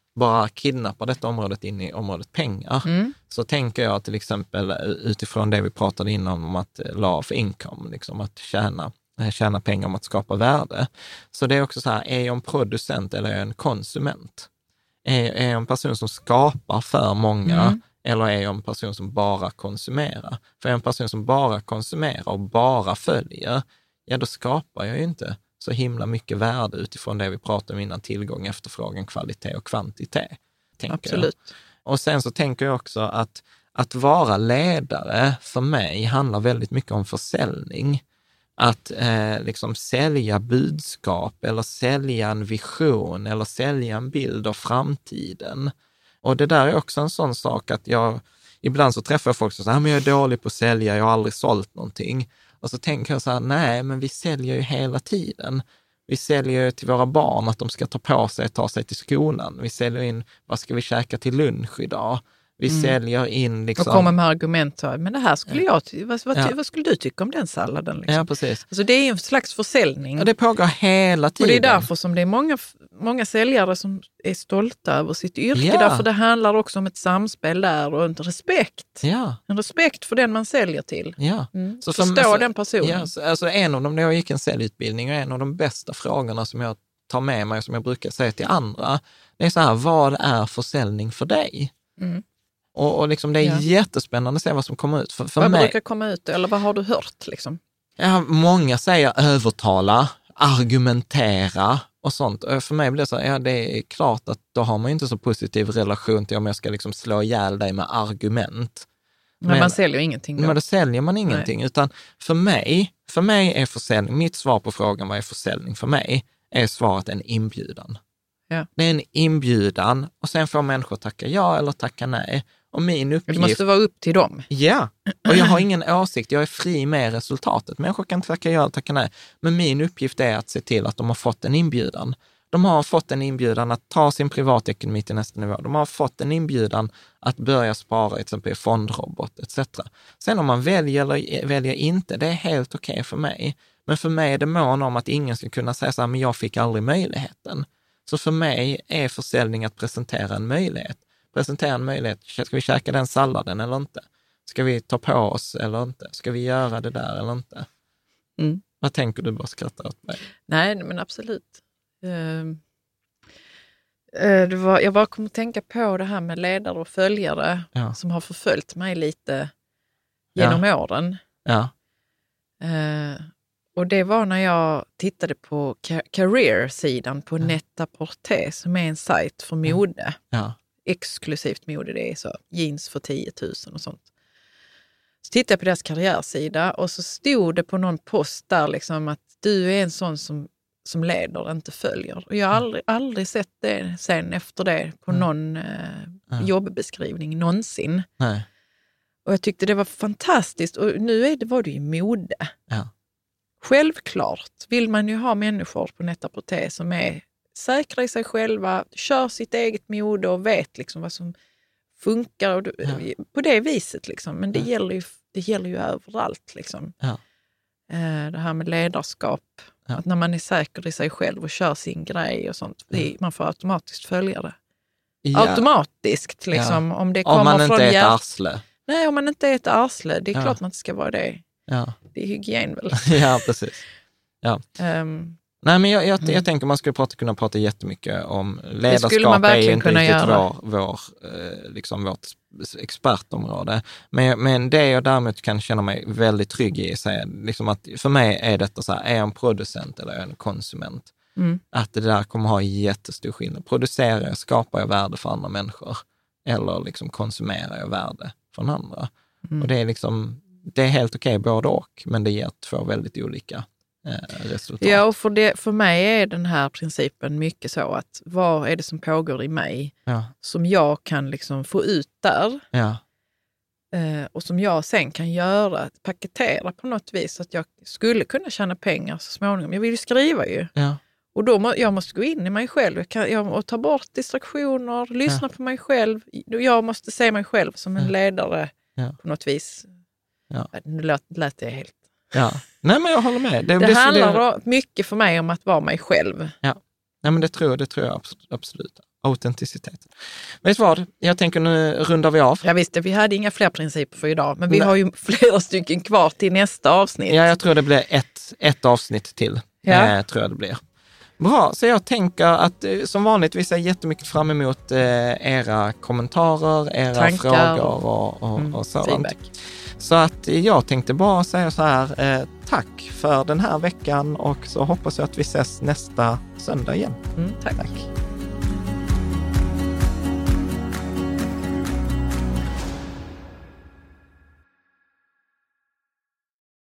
bara kidnappar detta området in i området pengar, så tänker jag till exempel utifrån det vi pratade innan om att law of income, liksom att tjäna pengar om att skapa värde. Så det är också så här, är jag en producent eller är jag en konsument? Är jag en person som skapar för många eller är jag en person som bara konsumerar? För är jag en person som bara konsumerar och bara följer, ja då skapar jag ju inte så himla mycket värde utifrån det vi pratade om innan, tillgång, efterfrågan, kvalitet och kvantitet. Absolut. Jag. Och sen så tänker jag också att vara ledare för mig handlar väldigt mycket om försäljning. Att liksom sälja budskap eller sälja en vision eller sälja en bild av framtiden. Och det där är också en sån sak att ibland så träffar jag folk som säger, men jag är dålig på att sälja, jag har aldrig sålt någonting. Och så tänker jag så här, nej men vi säljer ju hela tiden. Vi säljer ju till våra barn att de ska ta sig till skolan. Vi säljer in, vad ska vi käka till lunch idag? Vi säljer in liksom... Och kommer med argument, men det här skulle vad skulle du tycka om den salladen? Liksom? Ja, precis. Alltså det är en slags försäljning. Och det pågår hela tiden. Och det är därför som det är många säljare som är stolta över sitt yrke. Ja. Därför det handlar också om ett samspel där och en respekt. Ja. En respekt för den man säljer till. Ja. Så förstå den personen. Ja, alltså en av dem, när jag gick en säljutbildning, och en av de bästa frågorna som jag tar med mig, som jag brukar säga till andra, det är så här, vad är försäljning för dig? Och liksom det är jättespännande att se vad som kommer ut. För vad mig, brukar komma ut, eller vad har du hört? Liksom? Ja, många säger övertala, argumentera och sånt. Och för mig blir det så, det är klart att då har man inte så positiv relation till om jag ska liksom slå ihjäl dig med argument. Men man säljer ingenting då. Men då säljer man ingenting. Nej. Utan för mig är försäljning, mitt svar på frågan vad är försäljning för mig, är svaret en inbjudan. Ja. Det är en inbjudan och sen får människor tacka ja eller tacka nej. Och min uppgift... Det måste vara upp till dem. Ja, och jag har ingen åsikt. Jag är fri med resultatet. Människor kan tacka ja eller tacka nej. Men min uppgift är att se till att de har fått en inbjudan. De har fått en inbjudan att ta sin privatekonomi till nästa nivå. De har fått en inbjudan att börja spara, till exempel fondrobot etc. Sen om man väljer eller väljer inte, det är helt okej för mig. Men för mig är det mån om att ingen ska kunna säga så här, men jag fick aldrig möjligheten. Så för mig är försäljning att presentera en möjlighet. Presentera en möjlighet. Ska vi käka den salladen eller inte? Ska vi ta på oss eller inte? Ska vi göra det där eller inte? Vad tänker du, bara skrattar åt mig? Nej, men absolut. Jag bara kom att tänka på det här med ledare och följare som har förföljt mig lite genom åren. Ja. Och det var när jag tittade på career-sidan på Net-a-Porter, som är en sajt för mode. Ja. Exklusivt mode, det är så jeans för 10 000 och sånt. Så tittade jag på deras karriärsida och så stod det på någon post där liksom att du är en sån som leder, inte följer. Och jag har aldrig sett det sen efter det på någon jobbbeskrivning någonsin. Nej. Och jag tyckte det var fantastiskt. Och nu var det ju mode. Ja. Självklart vill man ju ha människor på Net-a-Porter som är säkra i sig själva, kör sitt eget mode och vet liksom vad som funkar och på det viset liksom. Men det gäller ju överallt liksom. Ja. Det här med ledarskap, att när man är säker i sig själv och kör sin grej och sånt, man får automatiskt följa det. Ja. Automatiskt liksom. Om det kommer om man från inte är ett arsle. Nej, om man inte är ett arsle, det är klart man inte ska vara det. Ja. Det är hygien väl. Ja, precis. Ja. Nej, men jag tänker man skulle kunna prata jättemycket om ledarskap. Det skulle man verkligen kunna göra. Liksom vårt expertområde. Men det jag däremot kan känna mig väldigt trygg i är liksom att för mig är detta så här, är jag en producent eller är jag en konsument? Att det där kommer ha jättestor skillnad. Producerar jag, skapar jag värde för andra människor? Eller liksom konsumerar jag värde från andra? Och det är liksom, det är helt okej både och, men det ger två väldigt olika resultat. Ja, och för mig är den här principen mycket så att vad är det som pågår i mig som jag kan liksom få ut där och som jag sen kan göra, paketera på något vis så att jag skulle kunna tjäna pengar så småningom. Jag vill ju skriva ju. Ja. Och då jag måste gå in i mig själv och ta bort distraktioner, lyssna på mig själv. Jag måste se mig själv som en ledare på något vis. Ja. Nu lät det helt... Ja. Nej, men jag håller med. Det handlar mycket för mig om att vara mig själv. Ja. Nej, men det tror jag absolut. autenticitet. Vet du vad? Jag tänker nu rundar vi av. Ja visst, vi hade inga fler principer för idag, men vi har ju flera stycken kvar till nästa avsnitt. Ja, jag tror det blir ett avsnitt till. Tror jag det blir. Bra, så jag tänker att som vanligt vi ser jättemycket fram emot era kommentarer, era tankar, frågor och sådant. Feedback. Så att jag tänkte bara säga så här, tack för den här veckan och så hoppas jag att vi ses nästa söndag igen. Tack.